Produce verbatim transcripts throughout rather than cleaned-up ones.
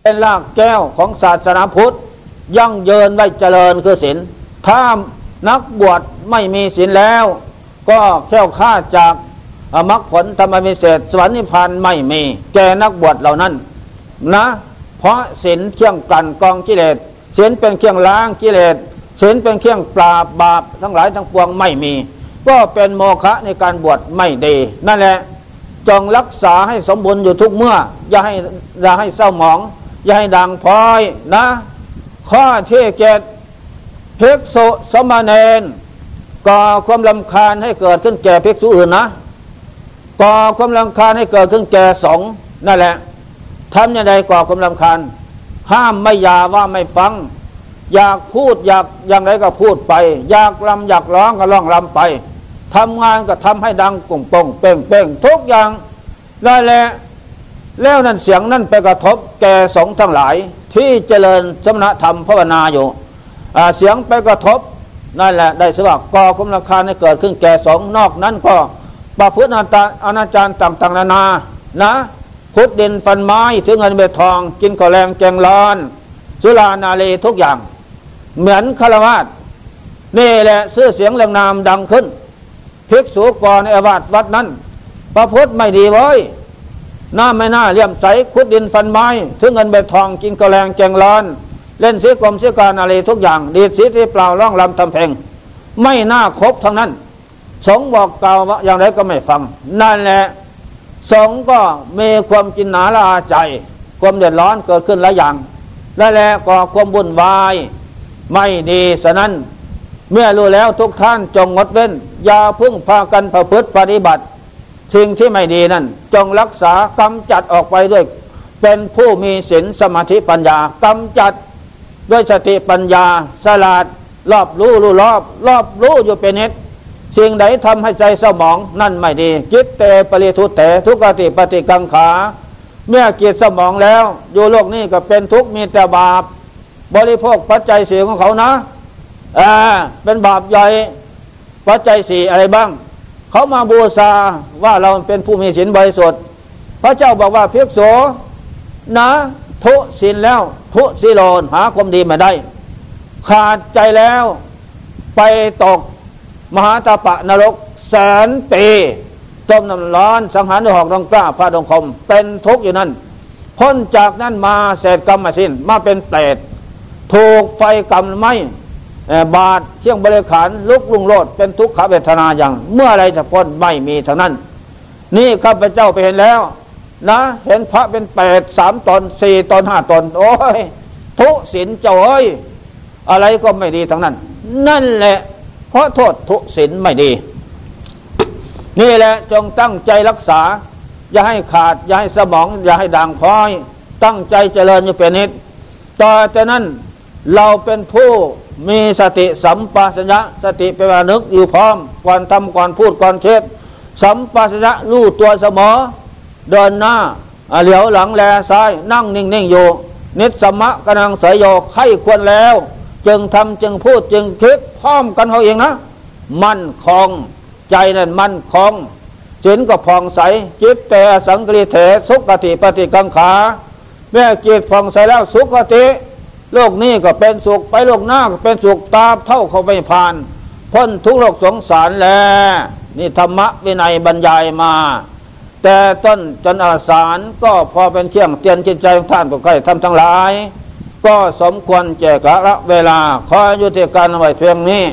เป็นรากแก้วของศาสนาพุทธยั่งยืนไว้เจริญคือศีลถ้านักบวชไม่มีศีลแล้วก็แค่ข้าจากมรรคผลธรรมวิเศษสวรรค์นิพพานไม่มีแก่นักบวชเหล่านั้นนะเพราะศีลเครื่องกลั่นกรองกิเลสศีลเป็นเครื่องล้างกิเลสศีลเป็นเครื่องปราบบาปทั้งหลายทั้งปวงไม่มีก็เป็นโมฆะในการบวชไม่ดีนั่นแหละจงรักษาให้สมบูรณ์อยู่ทุกเมื่ออย่าให้อย่าให้เศร้าหมองอย่าให้ด่างพร้อยนะข้อที่เจ็ดภิกษุสมณเณรก่อความรำคาญให้เกิดขึ้นแก่ภิกษุอื่นนะก่อความรำคาญให้เกิดขึ้นแก่สงฆ์นั่นแหละทำอย่างไรก่อความรำคาญห้ามไม่ยาว่าไม่ฟังอยากพูดอยากอย่างไรก็พูดไปอยากรำอยากร้องก็ร้องรำไปทำงานก็ทำให้ดังกุ่งป่งเป่งเป่งทุกอย่างนั่นแหละแล้วนั่นเสียงนั่นไปกระทบแก่สงฆ์ทั้งหลายที่เจริญสมณธรรมภาวนาอยู่เสียงไปกระทบนั่นแหละได้สว่าก่อความรำคาญให้เกิดขึ้นแก่สงฆ์นอกนั้นก็ประพฤติอนาจารต่างๆนานานะขุดดินฟันไม้ถือเงินเบ็ดทองกินข้าวแรงแกงร้อนสุรานารีทุกอย่างเหมือนฆราวาสนี่แหละชื่อเสียงเรียงนามดังขึ้นภิกษุก่อนในอาวาสวัดนั้นประพฤติไม่ดีไว้หน้าไม่น่าเลี่ยมใสขุดดินฟันไม้ถือเงินเบ็ดทองกินข้าวแรงแกงร้อนเล่นสีกรมสีการนารีทุกอย่างดีดสีที่เปล่าร้องรำทำเพลงไม่น่าคบทั้งนั้นสงฆ์บอกกล่าวว่าอย่างไรก็ไม่ฟังนั่นแหละสงฆ์ก็มีความกินหนาละอาใจความเดือดร้อนเกิดขึ้นหลายอย่างนั่นแหละก็ความวุ่นวายไม่ดีฉะนั้นเมื่อรู้แล้วทุกท่านจงงดเว้นอย่าพึ่งพากันประพฤติปฏิบัติสิ่งที่ไม่ดีนั่นจงรักษากำจัดออกไปด้วยเป็นผู้มีศีลสมาธิปัญญากำจัดด้วยสติปัญญาฉลาดรอบรู้รู้รอบรอบรู้อยู่เป็นนิดสิ่งใดทำให้ใจเศร้าหมองนั่นไม่ดีจิตเตปริทุเตทุกขติปฏิกังขาเมื่อจิตเศร้าหมองแล้วอยู่โลกนี้ก็เป็นทุกข์มีแต่บาปบริโภคปัจจัยสี่ของเขานะอ่าเป็นบาปใหญ่ปัจจัยสี่อะไรบ้างเขามาบูชาว่าเราเป็นผู้มีศีลบริสุทธิ์พระเจ้าบอกว่าภิกษุนะทุศีลแล้วทุศีโลนหาความดีมาได้ขาดใจแล้วไปตกมหาตาปะนรกแสนปีจมน้ำร้อนสังหารด้วยหอกดงกล้าพาดงคมเป็นทุกข์อยู่นั่นพ้นจากนั้นมาเศษกรรมมาสิ้นมาเป็นเปรตถูกไฟกรรมไหม้บาดเชี่ยงบริขารลุกลุ่งโลดเป็นทุกขเวทนาอย่างเมื่อไรจะพ้นไม่มีเท่านั้นนี่ข้าพเจ้าไปเห็นแล้วนะเห็นพระเป็นเปรตสามตนสี่ตนห้าตนโอ้ยทุศีลเจ้าเอ้ยอะไรก็ไม่ดีทั้งนั้นนั่นแหละเพราะโทษทุศีลไม่ดีนี่แหละจงตั้งใจรักษาอย่าให้ขาดอย่าให้สมองอย่าให้ด่างพร้อยตั้งใจเจริญอยู่เป็นนิดต่อจากนั้นเราเป็นผู้มีสติสัมปชัญญะสติเป็นว่านึกอยู่พร้อมก่อนทำก่อนพูดก่อนเทศสัมปชัญญะรู้ตัวเสมอเดินหน้าเหลียวหลังแลซ้ายนั่งนิ่งๆอยู่นิสสมะกำลังเสยโยไข้ควรแล้วจึงทำจึงพูดจึงคิดพร้อมกันเขาเองนะมั่นคงใจนั่นมั่นคงศีลก็ผ่องใสจิตแต่สังกฤเถสุขติปฏิกังขาเมื่อจิตผ่องใสแล้วสุขติโลกนี้ก็เป็นสุขไปโลกหน้าก็เป็นสุขตามเท่าเขาไม่ผ่านพ้นทุกโลกสงสารแล้วนี่ธรรมะวินัยบรรยายมาแต่ต้นจนอวสานก็พอเป็นเครื่องเตือนจิตใจของท่านผู้ใคร่ทำทั้งหลายก็สมควรแก่กาลเวลาขอยุติการไว้เพียงนี้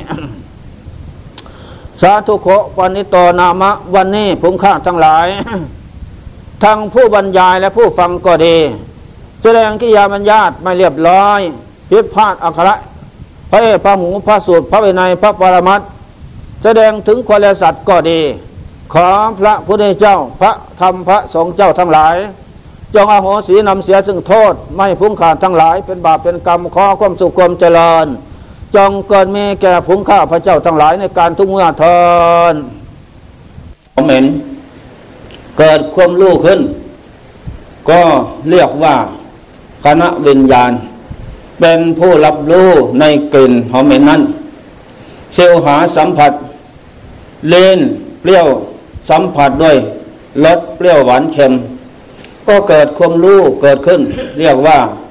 สาธุโขปนิโตนามะวันนี้ผงข้าทั้งหลาย ทั้งผู้บรรยายและผู้ฟังก็ดีแสดงกิริยามัญญาตไม่เรียบร้อยผิดพลาดอักขระพระเอพระหูพระสูตรพระวินัยพระปรมัตถ์แสดงถึงคุณและสัตว์ก็ดีขอพระพุทธเจ้าพระธรรมพระสงฆ์เจ้าทั้งหลายจงอโหสินำเสียซึ่งโทษไม่พุ่งขาดทั้งหลายเป็นบาปเป็นกรรมขอความสุขความเจริญจงเกิดมีแก่ผงข้าพระเจ้าทั้งหลายในการทุกเมื่อเทินผมเห็นเกิดความรู้ขึ้นก็เรียกว่าคณะวิญญาณเป็นผู้รับรู้ในกลิ่นหอมเหม็นนั้นเชลหาสัมผัสเลนเปรี้ยวสัมผัสด้วยรสเปรี้ยวหวานเค็มก็เกิดความรู้เกิดขึ้นเรียกว่า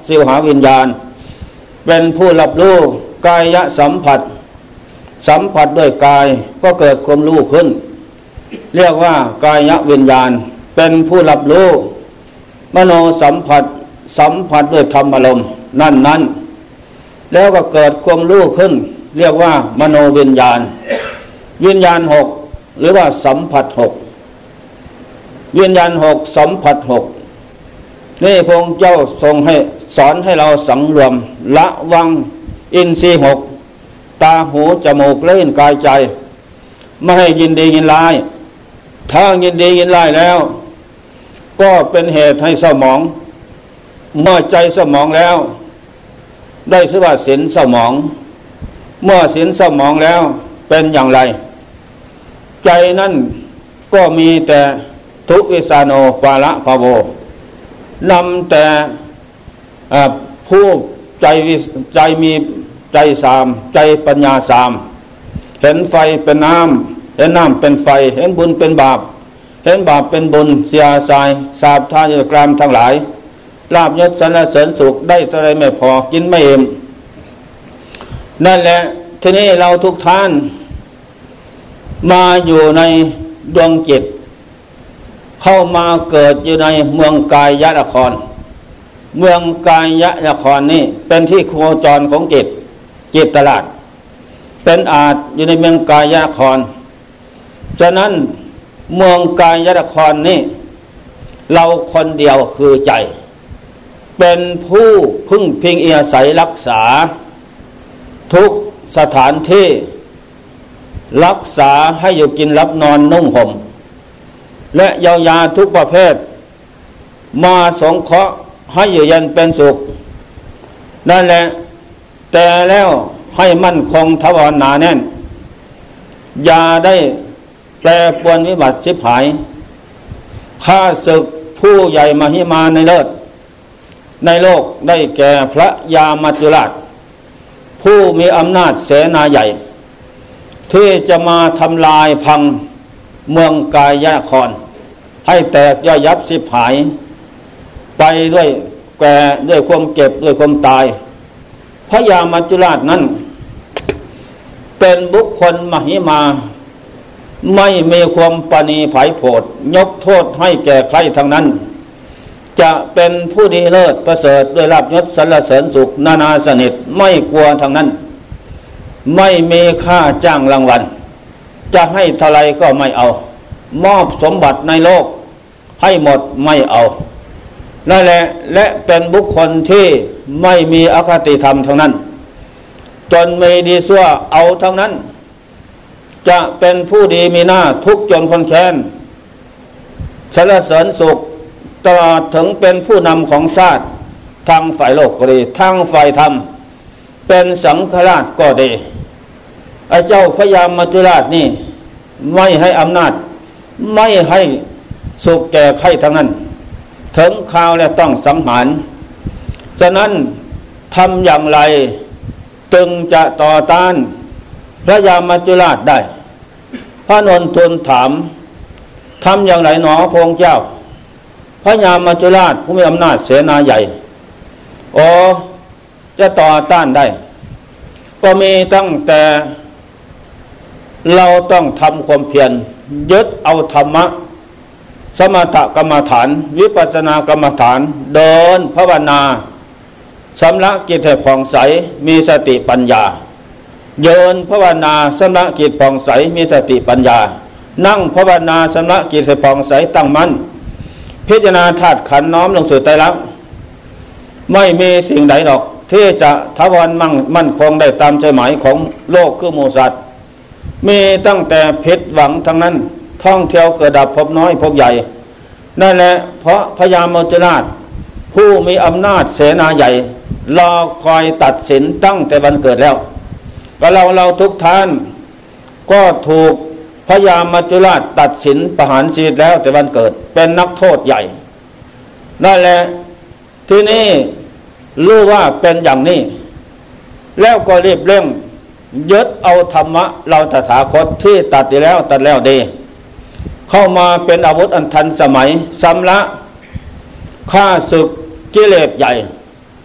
สิวหาวิญญาณเป็นผู้รับรู้กายสัมผัสสัมผัสด้วยกายก็เกิดความรู้ขึ้นเรียกว่ากายวิญญาณเป็นผู้รับรู้มโนสัมผัสสัมผัสด้วยธรรมอารมณ์นั่นนั้นแล้วก็เกิดความรู้ขึ้นเรียกว่ามโนวิญญาณวิญญาณหกหรือว่าสัมผัสหกวิญญาณหกสัมผัสหกนี่พระองค์เจ้าทรงให้สอนให้เราสังรวมละวังอินทรีย์หกตาหูจมูกลิ้นกายใจไม่ให้ยินดียินร้ายถ้ายินดียินร้ายแล้วก็เป็นเหตุให้เศร้าหมองเมื่อใจเศร้าหมองแล้วได้ชื่อว่าศีลเศร้าหมองเมื่อศีลเศร้าหมองแล้วเป็นอย่างไรใจนั้นก็มีแต่ทุกวิสาโนปาละภาโวนำแต่ผู้ใจใจมีใจสามใจปัญญาสามเห็นไฟเป็นน้ำเห็นน้ำเป็นไฟเห็นบุญเป็นบาปเห็นบาปเป็นบุญเสียสายสาบทายกรรมทั้งหลายลาภยศสรรเสริญสุขได้เท่าไรไม่พอกินไม่เอ็มนั่นแหละทีนี้เราทุกท่านมาอยู่ในดวงจิตเข้ามาเกิดอยู่ในเมืองกายนครเมืองกายนครนี่เป็นที่โคจรของจิตจิตตลาดเป็นอาจอยู่ในเมืองกายนครฉะนั้นเมืองกายนครนี่เราคนเดียวคือใจเป็นผู้พึ่งพิงอาศัยรักษาทุกสถานที่รักษาให้อยู่กินรับนอนนุ่งห่มและเยียวยาทุกประเภทมาสงเคราะห์ให้อยู่เย็นเป็นสุขนั่นแหละแต่แล้วให้มั่นคงถาวรหนาแน่นอย่าได้แปรปรวนวิบัติชิบหายข้าศึกผู้ใหญ่มหิมาในเลิศในโลกได้แก่พระยามัจจุราชผู้มีอำนาจเสนาใหญ่ที่จะมาทำลายพังเมืองกายนครให้แตกย่อยยับสิบหายไปด้วยแก่ด้วยความเจ็บด้วยความตายพระยามัจจุราชนั้นเป็นบุคคลมหิมาไม่มีความปณีไผ่โผดยกโทษให้แก่ใครทั้งนั้นจะเป็นผู้ดีเลิศประเสริฐด้วยลาภยศสรรเสริญสุขนานาสนิทไม่กลัวทั้งนั้นไม่มีค่าจ้างรางวัลจะให้เท่าไรก็ไม่เอามอบสมบัติในโลกให้หมดไม่เอานั่นแหละและเป็นบุคคลที่ไม่มีอคติธรรมทั้งนั้นจนมีดีซั่วเอาทั้งนั้นจะเป็นผู้ดีมีหน้าทุกจนคนแค้นสรรเสริญสุขตลอดถึงเป็นผู้นำของชาติทางฝ่ายโลกก็ดีทางฝ่ายธรรมเป็นสังฆราชก็ดีไอ้เจ้าพญามัจจุราชนี่ไม่ให้อำนาจไม่ให้สุขแก่ใครทั้งนั้นถึงคราวแล้วต้องสังหารฉะนั้นทำอย่างไรจึงจะต่อต้านพระยามัจจุราชได้พระนนทูลถามทำอย่างไรหนอพระองค์เจ้าพระยามัจจุราชผู้มีอำนาจเสนาใหญ่อ๋อจะต่อต้านได้ก็มีตั้งแต่เราต้องทำความเพียรยึดเอาธรรมะสมถกรรมฐานวิปัสสนากรรมฐานเดินภาวนาสำลักจิตให้ผ่องใสมีสติปัญญาเดินภาวนาสำลักจิตผ่องใสมีสติปัญญานั่งภาวนาสำลักจิตให้ผ่องใสตั้งมั่นพิจารณาธาตุขันธ์น้อมลงสู่ไตรลักษณ์ไม่มีสิ่งใดหรอกที่จะถาวรมั่งมั่นคงได้ตามใจหมายของโลกคือหมู่สัตว์มีตั้งแต่ผิดหวังทั้งนั้นท่องเที่ยวเกิดดับพบน้อยพบใหญ่นั่นแหละเพราะพญามัจจุราชผู้มีอำนาจเสนาใหญ่รอคอยตัดสินตั้งแต่วันเกิดแล้วก็เราเราทุกท่านก็ถูกพญามัจจุราชตัดสินประหารชีวิตแล้วแต่วันเกิดเป็นนักโทษใหญ่นั่นแหละที่นี่รู้ว่าเป็นอย่างนี้แล้วก็รีบเร่งยึดเอาธรรมะเราตถาคตที่ตัดไปแล้วตัดแล้วดีเข้ามาเป็นอาวุธอันทันสมัยสำละฆ่าศึกกิเลสใหญ่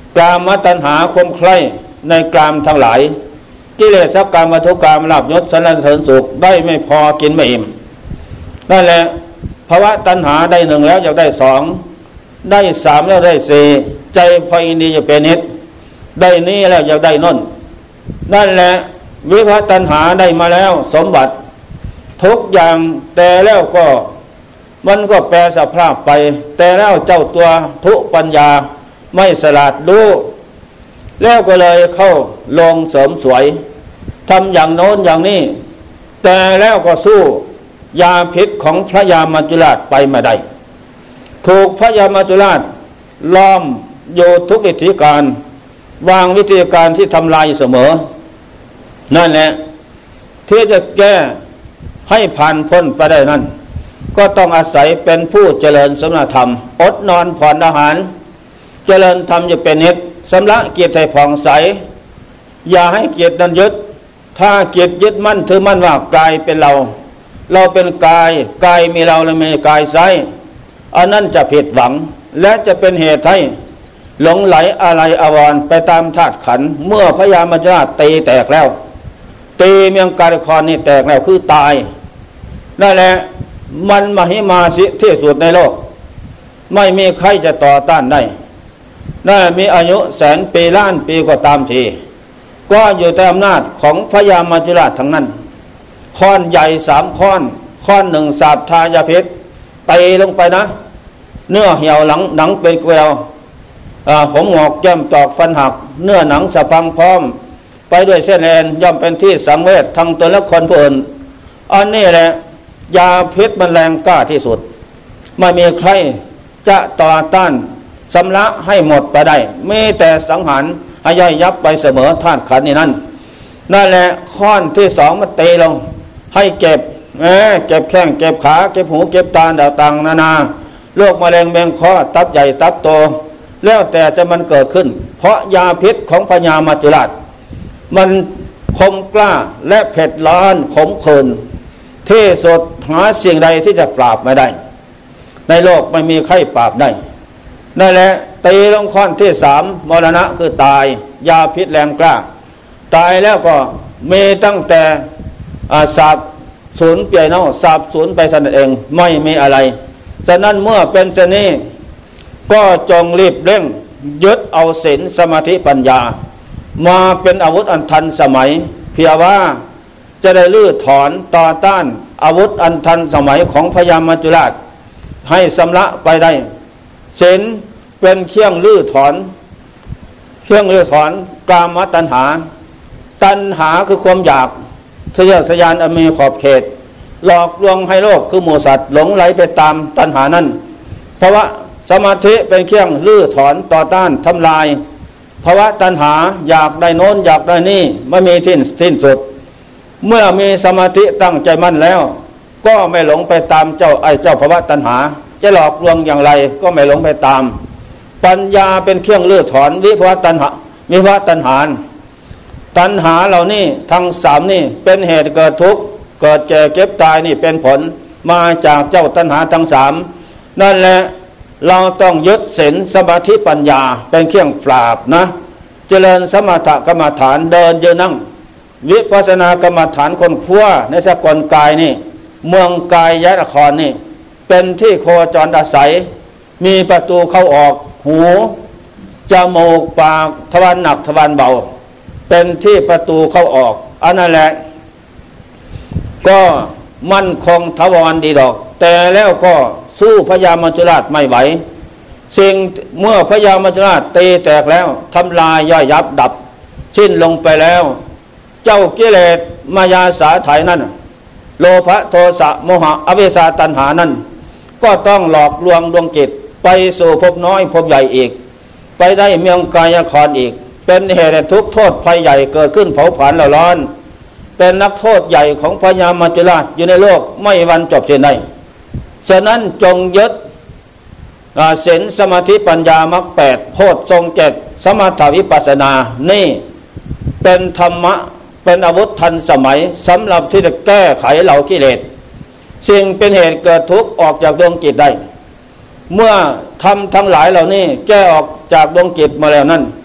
กามตัณหาความใคร่ในกามทั้งหลายกิเลสกามวัตถุกามลาภยศสรรเสริญสุขได้ไม่พอกินไม่อิ่มนั่นแหละภาวะตัณหาได้หนึ่งแล้วอยากได้สองได้สามแล้วได้สี่ใจพออินดีจะเป็นนิดได้นี้แล้วอยากได้น้นนั่นแหละวิภวตัณหาได้มาแล้วสมบัติทุกอย่างแต่แล้วก็มันก็แปรสภาพไปแต่แล้วเจ้าตัวทุปัญญาไม่สลาดรู้แล้วก็เลยเข้าลงเสริมสวยทำอย่างโน้นอย่างนี้แต่แล้วก็สู้ยาพิษของพระยามัจจุราชไปไม่ได้ถูกพระยามัจจุราชล้อมโยทุกวิธีการวางวิธีการที่ทำลายเสมอนั่นแหละที่จะแก้ให้ผ่านพ้นไปได้นั้นก็ต้องอาศัยเป็นผู้เจริญสมณธรรมอดนอนผ่อนอาหารเจริญธรรมจะเป็นนิดสำละจิตให้ผ่องใสอย่าให้จิตนั้นยึดถ้าจิตยึดมั่นถือมั่นว่ากายเป็นเราเราเป็นกายกายมีเราและไม่กายไซอันนั้นจะผิดหวังและจะเป็นเหตุให้หลงไหลอะไรอาวรณ์ไปตามธาตุขันธ์เมื่อพระยามัจจุราชตีแตกแล้วตีเมียงกาลครนี่แตกแล้วคือตายนั่นแหละมันมหิมาสิที่สุดในโลกไม่มีใครจะต่อต้านได้น่ามีอายุแสนปีล้านปีก็ตามทีก็อยู่ในอำนาจของพระยามัจจุราชทั้งนั้นค้อนใหญ่สามค้อนค้อนหนึ่งสาบทายาพิษตีลงไปนะเนื้อเหี่ยวหลังหนังเป็นแกวผมหงอกแก้มตอกฟันหักเนื้อหนังสะพังพร้อมไปด้วยเส้นเอ็นย่อมเป็นที่สังเวชทั้งตนและคนผู้อื่นอันนี้แหละยาพิษมันแรงกล้าที่สุดไม่มีใครจะต่อต้านสำละให้หมดไปได้มีแต่สังหารให้ย่อยยับไปเสมอธาตุขันธ์นี่นั่นนั่นแหละข้อนที่สองมันตีลงให้เก็บเอ๊เก็บแข้งเก็บขาเก็บหูเก็บตาดาวต่างนานาโรคมะเร็งแมงคอตับใหญ่ตับโตแล้วแต่จะมันเกิดขึ้นเพราะยาพิษของพญามัจจุราชมันคมกล้าและเผ็ดร้อนขมขื่นที่สุดหาสิ่งใดที่จะปราบไม่ได้ในโลกไม่มีใครปราบได้นั่นแหละตีลงข้อนที่สามมรณะคือตายยาพิษแรงกล้าตายแล้วก็มีตั้งแต่สาบสูญเปลี่ยนเอาสาบสูญไปนั่นเองไม่มีอะไรฉะนั้นเมื่อเป็นเช่นนี้ก็จงรีบเร่งยึดเอาศีลสมาธิปัญญามาเป็นอาวุธอันทันสมัยเพียงว่าจะได้ลื้อถอนต่อต้านอาวุธอันทันสมัยของพญามัจจุราชให้สำละไปได้ศีลเป็นเครื่องลื้อถอนเครื่องลื้อถอนกามตัณหาตัณหาคือความอยากทะเยอทะยานอมีขอบเขตหลอกลวงให้โลกคือหมู่สัตว์หลงไหลไปตามตัณหานั้นเพราะว่าสมาธิเป็นเครื่องลื้อถอนต่อต้านทำลายภาวะตัณหาอยากได้โน้นอยากได้นี่ไม่มีที่สิ้นสุดเมื่อมีสมาธิตั้งใจมั่นแล้วก็ไม่หลงไปตามเจ้าไอ้เจ้าภาวะตัณหาจะหลอกลวงอย่างไรก็ไม่หลงไปตามปัญญาเป็นเครื่องลื้อถอนวิภวะตัณหาวิภวะตัณหาตัณหาเหล่านี้ทั้งสามนี่เป็นเหตุเกิดทุกข์เกิดแก่เก็บตายนี่เป็นผลมาจากเจ้าตัณหาทั้งสามนั่นแหละเราต้องยึดศีลสมาธิปัญญาเป็นเครื่องปราบนะเจริญสมถกรรมฐานเดินยืนนั่งวิปัสสนากรรมฐานคนขั้วในสกลกายนี่เมืองกายยะนครนี่เป็นที่โคจรอาศัยมีประตูเข้าออกหูจมูกปากทวารหนักทวารเบาเป็นที่ประตูเข้าออกอันนั้นแหละก็มั่นคงถาวรดีดอกแต่แล้วก็สู้พญามัจจุราชไม่ไหวสิ่งเมื่อพญามัจจุราชตีแตกแล้วทำลายย่อยยับดับสิ้นลงไปแล้วเจ้ากิเลสมายาสาไถนั้นโลภะโทสะโมหะอวิชชาตัณหานั้นก็ต้องหลอกลวงดวงจิตไปสู่ภพน้อยภพใหญ่อีกไปได้เมืองกายครอีกเป็นเหตุทุกข์โทษภัยใหญ่เกิดขึ้นเผาผลาญร้อนเป็นนักโทษใหญ่ของพญามัจจุราชอยู่ในโลกไม่วันจบสิ้นได้ฉะนั้นจงยึดศีลสมาธิปัญญามรรคแปดโพชฌงค์เจ็ดสมถะวิปัสสนานี่เป็นธรรมะเป็นอาวุธทันสมัยสำหรับที่จะแก้ไขเหล่ากิเลสสิ่งเป็นเหตุเกิดทุกข์ออกจากดวงจิตได้เมื่อทำทั้งหลายเหล่านี้แก้ออกจากดวงจิตมาแล้วนั้น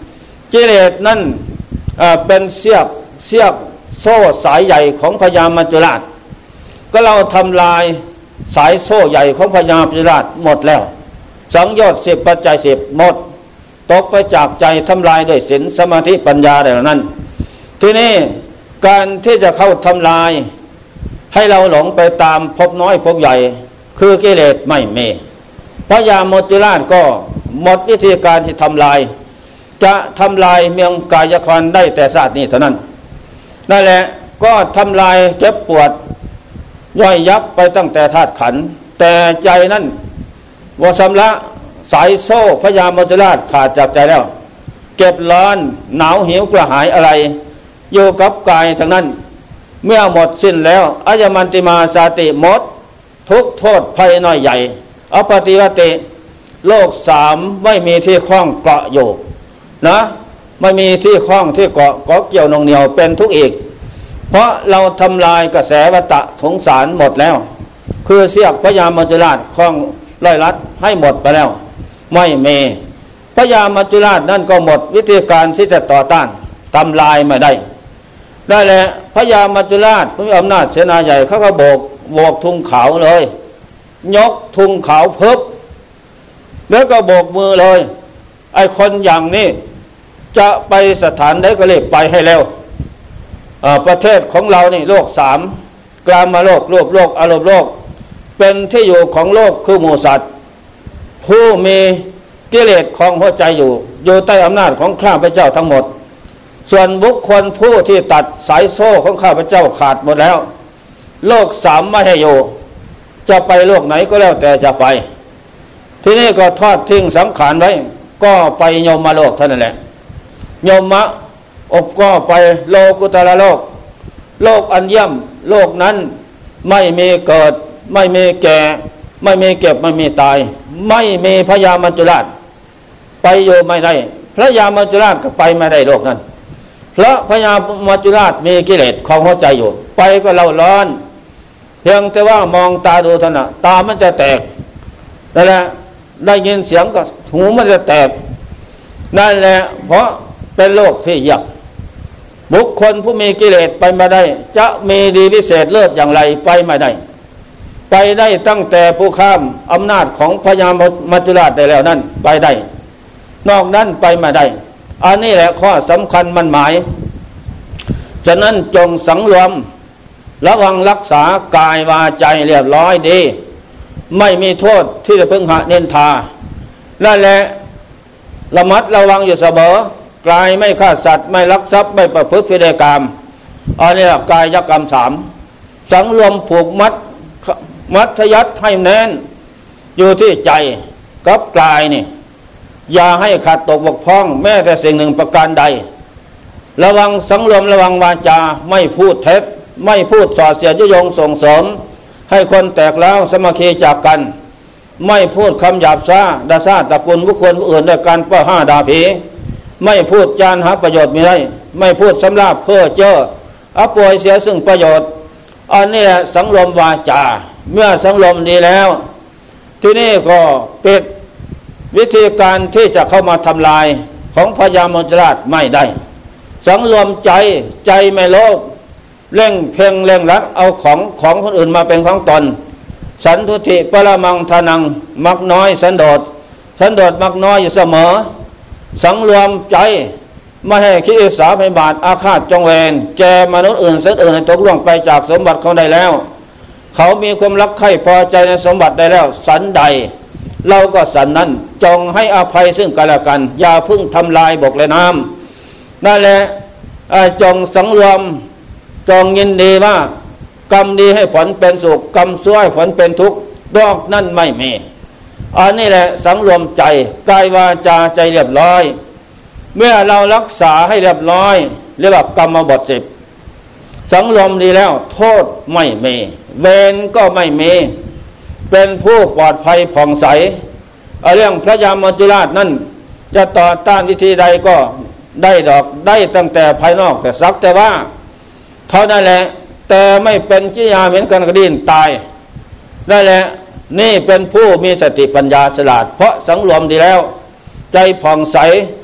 กิเลสนั่นเป็นเสียกเสียกโซ่สายใหญ่ของพญามัจจุราชก็เราทำลายสายโซ่ใหญ่ของพญามัจจุราชหมดแล้วสังโยชน์สิบปัจจัยสิบหมดตกไปจากใจทำลายด้วยศีลสมาธิปัญญาเหล่านั้นทีนี้การที่จะเข้าทำลายให้เราหลงไปตามภพน้อยภพใหญ่คือกิเลสไม่มีพญามัจจุราชก็หมดวิธีการที่ทำลายจะทำลายเมืองกายครได้แต่ศาสตร์นี้เท่านั้นนั่นแหละก็ทำลายเจ็บปวดย่อยยับไปตั้งแต่ธาตุขันธ์แต่ใจนั้นว่าสำละสายโซ่พญามัจจุราชขาดจากใจแล้วเก็บร้อนหนาวหิวกระหายอะไรอยู่กับกายทั้งนั้นเมื่อหมดสิ้นแล้วอัยมันติมาสาติหมดทุกโทษภัยน้อยใหญ่อปฏิวติโลกสามไม่มีที่คล้องเกาะอยู่นะไม่มีที่คล้องที่เกาะเกาะเกี่ยวนงเหนียวเป็นทุกข์อีกเพราะเราทำลายกระแสวัฏสงสารหมดแล้วคือเสียกพญามัจจุราชคล้องร้อยลัดให้หมดไปแล้วไม่มีพญามัจจุราชนั่นก็หมดวิธีการที่จะต่อต้านทำลายไม่ได้ได้แหละพญามัจจุราชมีอำนาจเสนาใหญ่เขาก็โบกโบกธงขาวเลยยกธงขาวเพิบแล้วก็โบกมือเลยไอ้คนอย่างนี้จะไปสถานใดก็รีบไปให้เร็วประเทศของเรานี่โลกสามกามโลกรูปโลกอารมณ์โลกเป็นที่อยู่ของโลกคือหมู่สัตว์ผู้มีกิเลสครองหัวใจอยู่อยู่ใต้อำนาจของข้าพเจ้าทั้งหมดส่วนบุคคลผู้ที่ตัดสายโซ่ของข้าพเจ้าขาดหมดแล้วโลกสามไม่ให้อยู่จะไปโลกไหนก็แล้วแต่จะไปที่นี่ก็ทอดทิ้งสังขารไว้ก็ไปโยมโลกเท่านั้นแหละโยมะอบก็ไปโลกุตระโลกโลกอันเยี่ยมโลกนั้นไม่มีเกิดไม่มีแก่ไม่มีเก็บไม่มีตายไม่มีพญามัจจุราชไปอยู่ไม่ได้พระยามัจจุราชก็ไปไม่ได้โลกนั้นเพราะพญามัจจุราชมีกิเลสของหัวใจอยู่ไปก็เล่าร้อนเพียงแต่ว่ามองตาดูเท่านั้นตามันจะแตกนั่นแหละได้ยินเสียงก็หูมันจะแตกนั่นแหละเพราะเป็นโลกที่ยากบุคคลผู้มีกิเลสไปไม่ได้จะมีดีวิเศษเลิศอย่างไรไปไม่ได้ไปได้ตั้งแต่ผู้ข้ามอำนาจของพญามัจจุราชได้แล้วนั่นไปได้นอกนั้นไปไม่ได้อันนี้แหละข้อสำคัญมันหมายฉะนั้นจงสังรวมระวังรักษากายวาจาเรียบร้อยดีไม่มีโทษที่จะพึงหะเนินทานั่นแหละระมัดระวังอยู่เสมอกายไม่ฆ่าสัตว์ไม่ลักทรัพย์ไม่ประพฤติผิดในกามอันนี้กายกรรมสามสังรวมผูกมัดมัธยัติให้แน่นอยู่ที่ใจกับกายนี่อย่าให้ขาดตกบกพร่องแม้แต่สิ่งหนึ่งประการใดระวังสังรวมระวังวาจาไม่พูดเท็จไม่พูดส่อเสียดยุยงส่งเสริมให้คนแตกแล้วสมัคคีจากกันไม่พูดคำหยาบช้าด่าซาตะกุลบุคคลผู้อื่นด้วยการป้อห้าด่าผีไม่พูดจานหาประโยชน์ไม่ได้ไม่พูดสำราบเพ้อเจ้ออัปวยเสียซึ่งประโยชน์อันนี้แหละสังรวมวาจาเมื่อสังรวมดีแล้วที่นี่ก็ปิดวิธีการที่จะเข้ามาทำลายของพญามัจจุราชไม่ได้สังรวมใจใจไม่โลภเร่งเพ่งเร่งรัดเอาของของคนอื่นมาเป็นของตนสันทุติปรมังทานังมักน้อยสันโดษสันโดษมักน้อยอยู่เสมอสังรวมใจไม่ให้คิดอิจฉาพยาบาทอาฆาตจองเวรแกมนุษย์อื่นสัตว์อื่นให้ตกล่วงไปจากสมบัติเขาได้แล้วเขามีความรักใคร่พอใจในสมบัติได้แล้วสันใดเราก็สันนั้นจงให้อภัยซึ่งกันและกันอย่าพึ่งทำลายบกและน้ำนั่นแหละจงสังรวมจงยินดีว่ากรรมดีให้ผลเป็นสุขกรรมชั่วให้ผลเป็นทุกข์ดอกนั่นไม่มีอันนี้แหละสังรวมใจกายวาจาใจเรียบร้อยเมื่อเรารักษาให้เรียบร้อยเรียกว่ากรรมบทสิบสังรวมดีแล้วโทษไม่มีเวรก็ไม่มีเป็นผู้ปลอดภัยผ่องใสเรื่องพระยามัจจุราชนั้นจะต่อต้านวิธีใดก็ได้ดอกได้ตั้งแต่ภายนอกแต่สักแต่ว่าเท่านั้นแหละแต่ไม่เป็นกิริยาเหมือนกันกระดินตายได้แหละนี่เป็นผู้มีสติปัญญาฉลาดเพราะสังรวมดีแล้วใจผ่องใส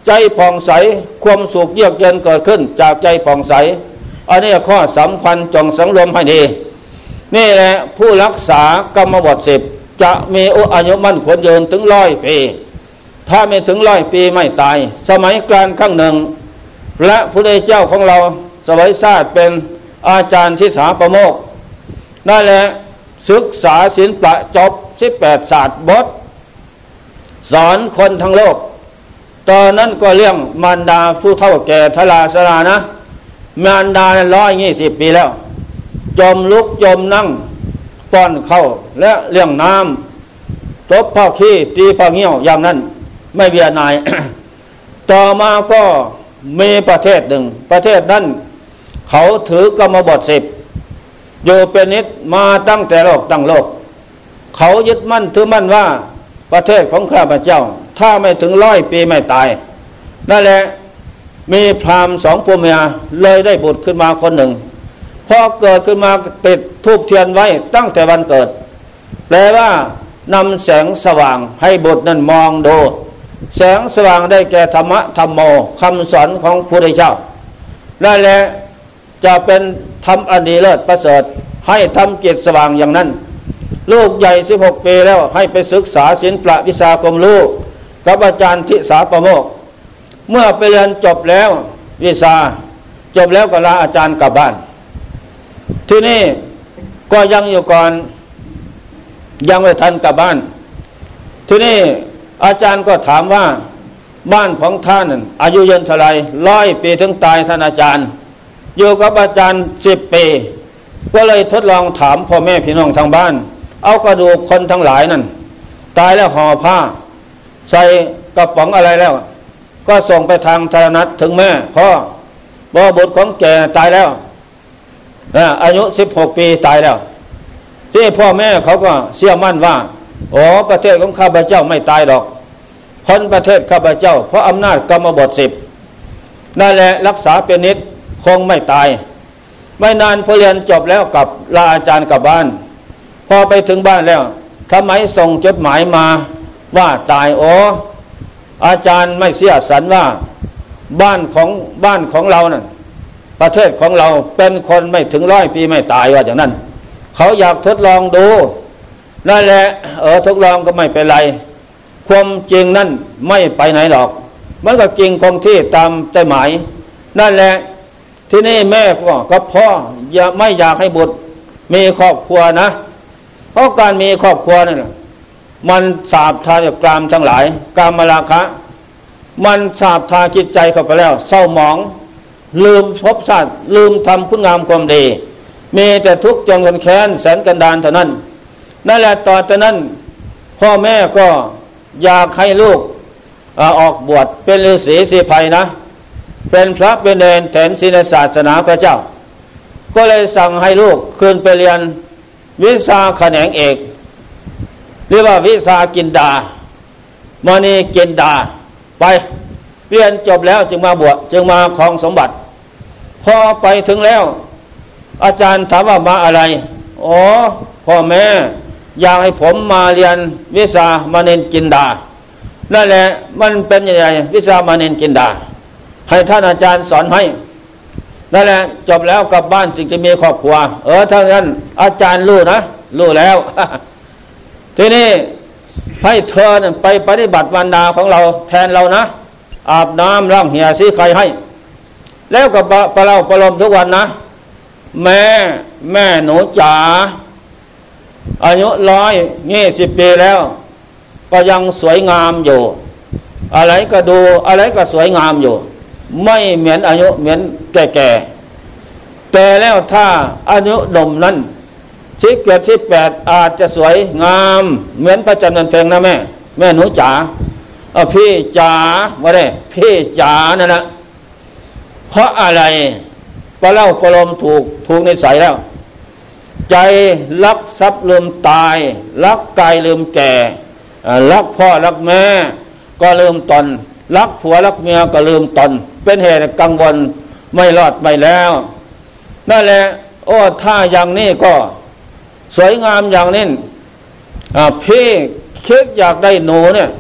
ใจผ่องใสความสุขเยือกเย็นเกิดขึ้นจากใจผ่องใสอันนี้ข้อสำคัญจงสังรวมให้ดีนี่แหละผู้รักษากรรมบทสิบจะมีอายุมั่นขวัญยืนถึงร้อยปีถ้าไม่ถึงร้อยปีไม่ตายสมัยกลางครั้งหนึ่งและพระพุทธเจ้าของเราสวัยศาสตร์เป็นอาจารย์ทิสาประโมกนั่นแหละศึกษาศิลปะจบสิบแปดศาสตร์บทสอนคนทั้งโลกตอนนั้นก็เลี้ยงมารดาผู้เฒ่าแก่ทลาสลานะมารดาร้อยยี่สิบปีแล้วจมลุกจมนั่งป้อนเข้าและเลี้ยงน้ำตบผ้าขี้ตีผ้าเงี้ยวอย่างนั้นไม่เบียดนาย ต่อมาก็มีประเทศหนึ่งประเทศนั้นเขาถือกรรมบทสิบอยู่เป็นนิดมาตั้งแต่โลกตั้งโลกเขายึดมั่นถือมั่นว่าประเทศของข้าพเจ้าถ้าไม่ถึงร้อยปีไม่ตายนั่นแหละมีพราหมณ์สองผัวเมียเลยได้บุตรขึ้นมาคนหนึ่งพอเกิดขึ้นมาติดธูปเทียนไว้ตั้งแต่วันเกิดแปลว่านำแสงสว่างให้บุตรนั้นมองดูแสงสว่างได้แก่ธรรมะธรรมโมคำสอนของพระพุทธเจ้านั่นแหละจะเป็นธรรมอันดีเลิศประเสริฐให้ทำจิตสว่างอย่างนั้นลูกใหญ่สิบหกปีแล้วให้ไปศึกษาศิลปะวิชาความรู้กับอาจารย์ทิสาประโมกเมื่อไปเรียนจบแล้ววิชาจบแล้วก็ลาอาจารย์กลับบ้านที่นี่ก็ยังอยู่ก่อนยังไม่ทันกลับบ้านที่นี่อาจารย์ก็ถามว่าบ้านของท่านนั้นอายุยืนเท่าไรร้อยปีถึงตายท่านอาจารย์อยู่กับอาจารย์สิบปีก็เลยทดลองถามพ่อแม่พี่น้องทางบ้านเอากระดูกคนทั้งหลายนั่นตายแล้วห่อผ้าใส่กระป๋องอะไรแล้วก็ส่งไปทางธารณัตถึงแม่พ่อบ่บุตรของแกตายแล้วอายุสิบหกปีตายแล้วที่พ่อแม่เขาก็เชื่อมั่นว่าโอ้ประเทศของข้าพเจ้าไม่ตายดอกคนประเทศข้าพเจ้าเพราะอำนาจกรรมบทสิบนั่นแหละรักษาเป็นนิจคงไม่ตายไม่นานพอเรียนจบแล้วกับลาอาจารย์กลับบ้านพอไปถึงบ้านแล้วทำไมส่งจดหมายมาว่าตายโอ้อาจารย์ไม่เสียสันว่าบ้านของบ้านของเรานั่นประเทศของเราเป็นคนไม่ถึงร้อยปีไม่ตายว่าอย่างนั้นเขาอยากทดลองดูนั่นแหละเออทดลองก็ไม่เป็นไรความจริงนั่นไม่ไปไหนหรอกมันก็จริงคงที่ตามใจหมายนั่นแหละที่นี่แม่ก็กับพ่ออย่าไม่อยากให้บุตรมีครอบครัวนะเพราะการมีครอบครัวนั่นมันสาบทาจากกามทั้งหลายกามราคะมันสาบทาจิตใจเข้าไปแล้วเศร้าหมองลืมภพชาติลืมทำคุณงามความดีมีแต่ทุกข์จงกันแค้นแสนกันดานเท่านั้นนั่นแหละต่อจากนั้นพ่อแม่ก็อยากให้ลูกออกบวชเป็นฤาษีสีไพรนะเป็นพระเป็นเณรแทนศีลศาสนาพระเจ้าก็เลยสั่งให้ลูกคืนไปเรียนวิชาแขนงเอกเรียกว่าวิชากินดามณีกินดาไปเรียนจบแล้วจึงมาบวชจึงมาครองสมบัติพอไปถึงแล้วอาจารย์ถามว่ามาอะไรอ๋อพ่อแม่อยากให้ผมมาเรียนวิชามณีกินดานั่นแหละมันเป็นยังไงวิชามณีกินดาให้ท่านอาจารย์สอนให้นั่นแหละจบแล้วกลับบ้านจึงจะมีครอบครัวเออถ้างั้นอาจารย์รู้นะรู้แล้ว ทีนี้ให้เธอนั่นไปปฏิบัติวันดาของเราแทนเรานะอาบน้ำล้างเหี่ยซีไข่ให้แล้วก็ประเล่าประลมทุกวันนะแม่แม่หนูจ๋าอายุร้อยยี่สิบปีแล้วก็ยังสวยงามอยู่อะไรก็ดูอะไรก็สวยงามอยู่ไม่เหมือนอายุเหมือนแก่ๆแต่แล้วถ้าอายุหนุ่มนั้นที่เกิดที่แปดอาจจะสวยงามเหมือนพระจันทร์เพลงนะแม่แม่หนูจ๋าเอาพี่จ๋าว่าได้พี่จ๋านั่นนะเพราะอะไรปะเล่าปะลมถูกถูกในใสแล้วใจรักทรัพย์ลืมตายรักกายลืมแก่รักพ่อรักแม่ก็ลืมตนรักผัวรักเมียก็ลืมตนเป็นเหตุกังวลไม่รอดไปแล้วนั่นแหละโอ้ถ้าอย่างนี้ก็สวยงามอย่างนี้พี่คิดอยากได้หนูเนี่ย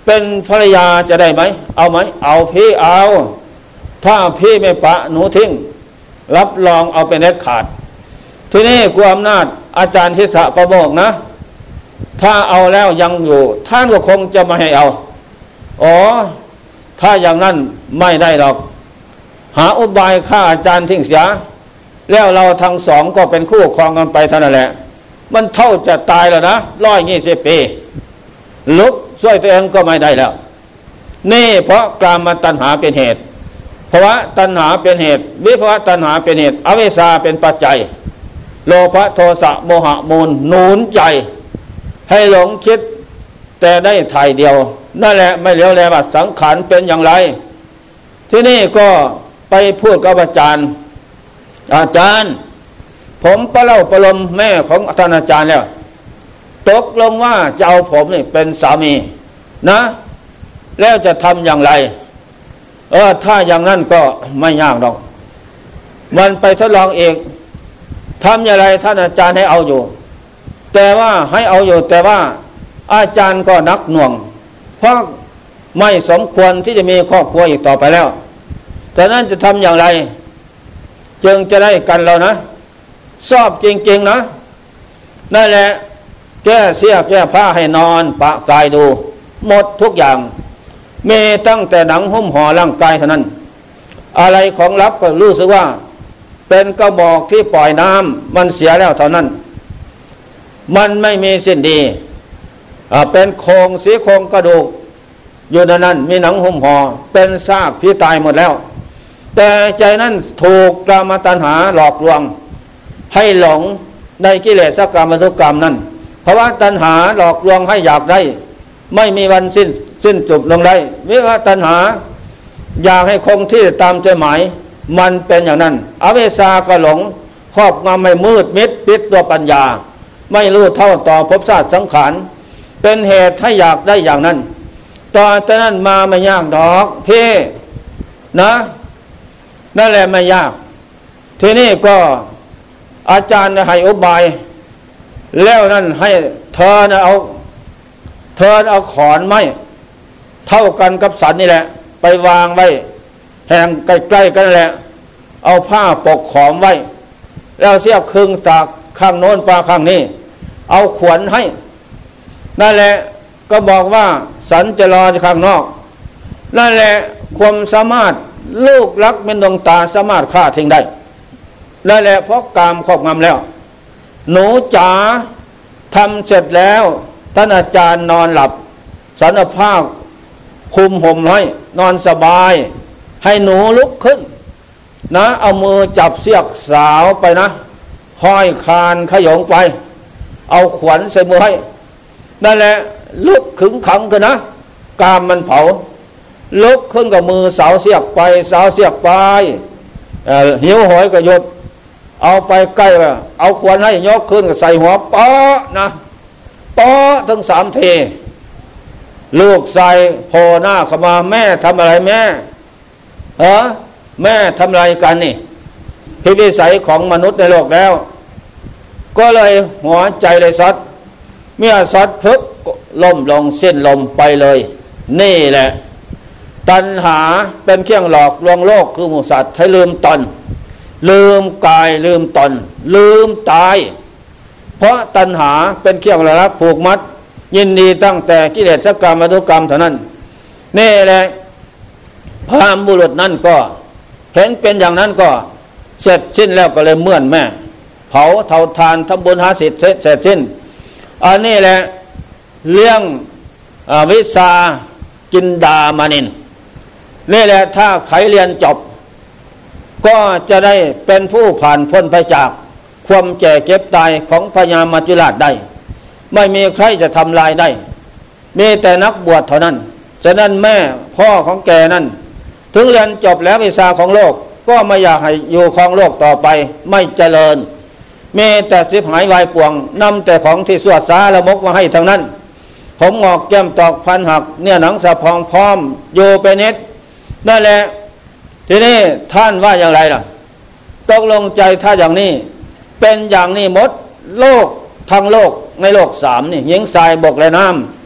เป็นภรรยาจะได้ไหมเอาไหมเอาพี่เอาถ้าพี่ไม่ปะหนูทิ้งรับรองเอาเป็นเด็ดขาดทีนี้ความอำนาจอาจารย์ทิศะประโมกนะถ้าเอาแล้วยังอยู่ท่านก็คงจะไม่ให้เอาอ๋อถ้าอย่างนั้นไม่ได้หรอกหาอุบายฆ่าอาจารย์ทิ้งเสียแล้วเราทั้งสองก็เป็นคู่ครองกันไปเท่านั้นแหละมันเท่าจะตายแล้วนะร้อยยี่สิบปีลุกช่วยตัวเองก็ไม่ได้แล้วนี่เพราะกามตัณหาเป็นเหตุภวะตัณหาเป็นเหตุวิภวะตัณหาเป็นเหตุอวิชชาเป็นปัจจัยโลภะโทสะโมหะมูลหนุนใจให้หลงคิดแต่ได้ถ่ายเดียวนั่นแหละไม่เหลียวแลว่าสังขารเป็นอย่างไรที่นี่ก็ไปพูดกับอาจารย์อาจารย์ผมประเล่าประลมแม่ของท่านอาจารย์แล้วตกลงว่าจะเอาผมนี่เป็นสามีนะแล้วจะทำอย่างไรเออถ้าอย่างนั้นก็ไม่ยากหรอกมันไปทดลองเองทำอย่างไรท่านอาจารย์ให้เอาอยู่แต่ว่าให้เอาอยู่แต่ว่าอาจารย์ก็นักหน่วงเพราะไม่สมควรที่จะมีครอบครัวอีกต่อไปแล้วแต่นั้นจะทำอย่างไรจึงจะได้กันเรานะชอบจริงๆนะนั่นแหละแก้เสียแก้ผ้าให้นอนปะกายดูหมดทุกอย่างมีตั้งแต่หนังหุ้มห่อร่างกายเท่านั้นอะไรของลับก็รู้สึกว่าเป็นกระบอกที่ปล่อยน้ำมันเสียแล้วเท่านั้นมันไม่มีสิ้นดีเป็นโครงสีโครงกระดูกอยู่ในนั้นมีหนังหุ้มห่อเป็นซากที่ตายหมดแล้วแต่ใจนั้นถูกกามตัณหาหลอกลวงให้หลงในกิเลสกรรมทุกกรรมนั้นเพราะว่าตัณหาหลอกลวงให้อยากได้ไม่มีวันสิ้นสิ้นจบลงได้วิภวะตัณหาอยากให้คงที่ตามใจหมายมันเป็นอย่างนั้นอวิชชาก็หลงครอบงำไม่มืดมิดปิดตัวปัญญาไม่รู้เท่าต่อภพชาติสังขารเป็นเหตุให้อยากได้อย่างนั้นต่อจากนั้นมาไม่ยากดอกพี่นะนั่นแหละไม่ยากทีนี้ก็อาจารย์ให้อุบายแล้วนั่นให้เธอนะเอาเธอเอาขอนไม้เท่ากันกับสันนี่แหละไปวางไว้แห่งใกล้ๆกันแหละเอาผ้าปกขอมไว้แล้วเสียบครึ่งจากข้างโน้นปลาข้างนี้เอาขวนให้นั่นแหละก็บอกว่าสันจะรอข้างนอกนั่นแหละความสามารถลูกรักเป็นดวงตาสามารถฆ่าทิ้งได้นั่นแหละเพราะกามครอบงำแล้วหนูจ๋าทำเสร็จแล้วท่านอาจารย์นอนหลับสันภาพคุมห่มให้นอนสบายให้หนูลุกขึ้นนะเอามือจับเสียกสาวไปนะห้อยคานขยงไปเอาขวัญใส่มือให้นั่นแหละลุกขึงขังกันนะกามมันเผาลุกขึ้นกับมือสาวเสียกไปสาวเสียกไปหิวหอยก็หยุดเอาไปใกล้เอาขวัญให้ยกขึ้นก็ใส่หัวป๊อนะป๊อทั้งสามทีลูกใส่โผล่หน้าเข้ามาแม่ทำอะไรแม่เออแม่ทำอะไรกันนี่พิวิสัยของมนุษย์ในโลกแล้วก็เลยหัวใจเลยสัตว์เมื่อสัตว์พึบล่มลงสิ้นลมไปเลยนี่แหละตัณหาเป็นเครื่องหลอกลวงโลกคือหมูสัตว์ให้ลืมตนลืมกายลืมตนลืมตายเพราะตัณหาเป็นเครื่องระลับผูกมัดยินดีตั้งแต่กิเลสกรรมวัตถุกรรมเท่านั้นนี่แหละพราหมณ์บุรุษนั่นก็เห็นเป็นอย่างนั้นก็เสร็จสิ้นแล้วก็เลยเมื่อนแม่เผาเท่าทานทำบุญหาสิทธิ์เสร็จสิ้นอันนี้แหละเรื่องวิชาจินดามานินนี่แหละถ้าใครเรียนจบก็จะได้เป็นผู้ผ่านพ้นไปจากความแก่เก็บตายของพญามัจจุราชได้ไม่มีใครจะทำลายได้มีแต่นักบวชเท่านั้นฉะนั้นแม่พ่อของแกนั้นถึงเรียนจบแล้ววิชาของโลกก็ไม่อยากให้อยู่ครองโลกต่อไปไม่เจริญมีแต่สิบหายวายป่วงนำแต่ของที่สวดสาละมกมาให้ทั้งนั้นผมงอกแก้มตอกพันหักเนี่ยหนังสะพองพร้อมอยู่เป็นนิดนั่นแหละทีนี้ท่านว่าอย่างไรล่ะตกลงใจถ้าอย่างนี้เป็นอย่างนี้หมดโลกทั้งโลกในโลกสามนี่หญิงทรายบกและน้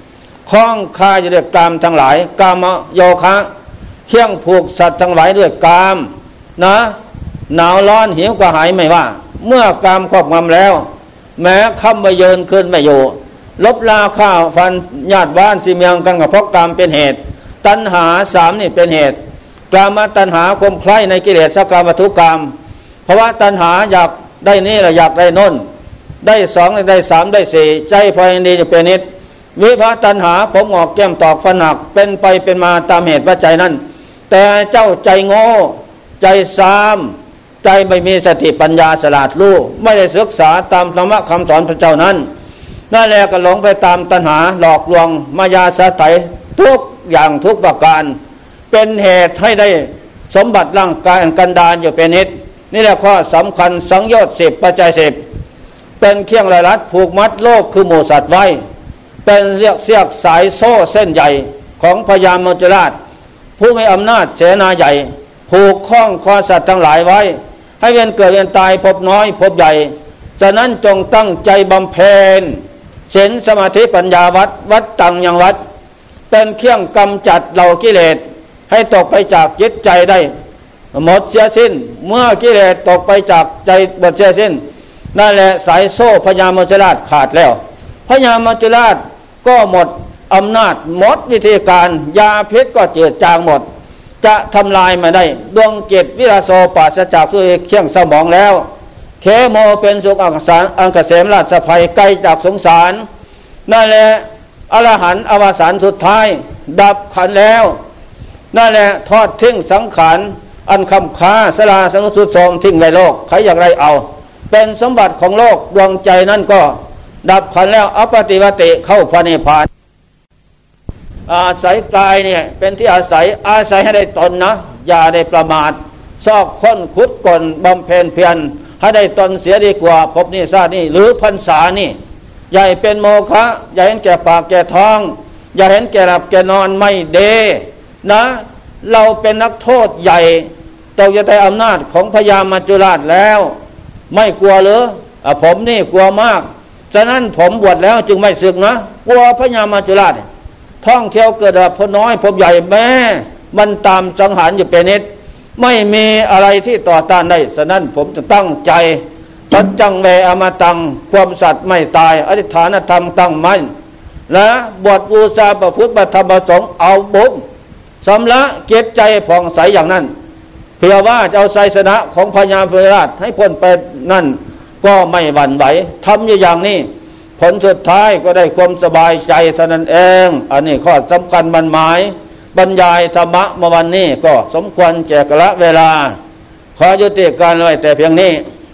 คล้องคาอยู่ด้วยกามทั้งหลายกามโยคะเคี่ยงผูกสัตว์ทั้งหลายด้วยกามนะหนาวร้อนหิวกระหายไม่ว่าเมื่อกามครอบงำแล้วแม้ค่ำไปเยินขึ้นไม่อยู่ลบลาข้าวฟันญาติบ้านสิเมียงกันกับเพราะกามเป็นเหตุตัณหาสามนี่เป็นเหตุกามตัณหาความใคร่ในกิเลสสักกามวัตถุกรรมเพราะว่าตัณหาอยากได้นี่เราอยากได้น้นได้สองได้สามได้สี่ใจพอยินดีจะเป็นนิดวิภาตัณหาผมออกแก้มตอกฟันหักเป็นไปเป็นมาตามเหตุปัจจัยนั้นแต่เจ้าใจโง่ใจซามใจไม่มีสติปัญญาฉลาดรู้ไม่ได้ศึกษาตามธรรมะคำสอนพระเจ้านั้นนั่นแหละก็หลงไปตามตัณหาหลอกลวงมายาสาไถทุกอย่างทุกประการเป็นเหตุให้ได้สมบัติร่างกายอันกันดารอยู่เป็นนิดนี่แหละข้อสำคัญสังโยชน์สิบปัจจัยสิบเป็นเครื่องรายรัดผูกมัดโลกคือหมู่สัตว์ไว้เป็นเรียกเสียกสายโซ่เส้นใหญ่ของพญามัจจุราชผู้มีอำนาจเสนาใหญ่ผูกข้องคอสัตว์ทั้งหลายไว้ให้เวียนเกิดเวียนตายพบน้อยพบใหญ่ฉะนั้นจงตั้งใจบำเพ็ญศีลสมาธิปัญญาวัดวัดตังยังวัดเป็นเครื่องกำจัดเหล่ากิเลสให้ตกไปจากจิตใจได้หมดเสียสิ้นเมื่อกิเลสตกไปจากใจหมดเสียสิ้นนั่นแหละสายโซ่พญามัจจุราชขาดแล้วพญามัจจุราชก็หมดอำนาจหมดวิธีการยาพิษก็เจือจางหมดจะทำลายมาได้ดวงจิตวิราโสปราศจากสุขเคี่ยงสมองแล้วเคโมเป็นสุขอังสารอังกเกษมราชภัยไกลจากสงสารนั่นแหละอรหันต์อวสานสุดท้ายดับขันแล้วนั่นแหละทอดทิ้งสังขารอันคำค้าสลาสนุสุดโทมทิ้งในโลกใครอย่างไรเอาเป็นสมบัติของโลกดวงใจนั่นก็ดับขันแล้วอปฏิวัติเข้าพระนิพพานอาศัยกายเนี่ยเป็นที่อาศัยอาศัยให้ได้ตนนะอย่าได้ประมาทซอกค้นขุดก่อนบำเพ็ญเพียรให้ได้ตนเสียดีกว่าพบนี่ชาตินี่หรือพรรษานี่ใหญ่เป็นโมฆะอย่าเห็นแก่ปากแก่ท้องอย่าเห็นแก่หลับแก่นอนไม่เดนะเราเป็นนักโทษใหญ่ตกอยู่ใต้อำนาจของพญามัจจุราชแล้วไม่กลัวหรืออ่ะผมนี่กลัวมากฉะนั้นผมบวชแล้วจึงไม่สึกนะกลัวพญามัจจุราชท่องเที่ยวเกิดพน้อยพบใหญ่แม้มันตามสังหารอยู่เป็นนิดไม่มีอะไรที่ต่อต้านได้ฉะนั้นผมจะตั้งใจสัจจังเวอมตังความสัตย์ไม่ตายอธิษฐานธรรมตั้งมั่นและบวชบูชาพระพุทธพระธรรมพระสงฆ์เอาบุญสำละเกียรติใจผ่องใสอย่างนั้นเพื่อว่าจะเอาไสยชนะของพญามัจจุราชให้พ้นไปนั่นก็ไม่หวั่นไหวทำอย่างนี้ผลสุดท้ายก็ได้ความสบายใจเท่านั้นเองอันนี้ข้อสำคัญมันหมายบรรยายธรรมะเมื่อวันนี้ก็สมควรแจกละเวลาขอยุติการไว้แต่เพียงนี้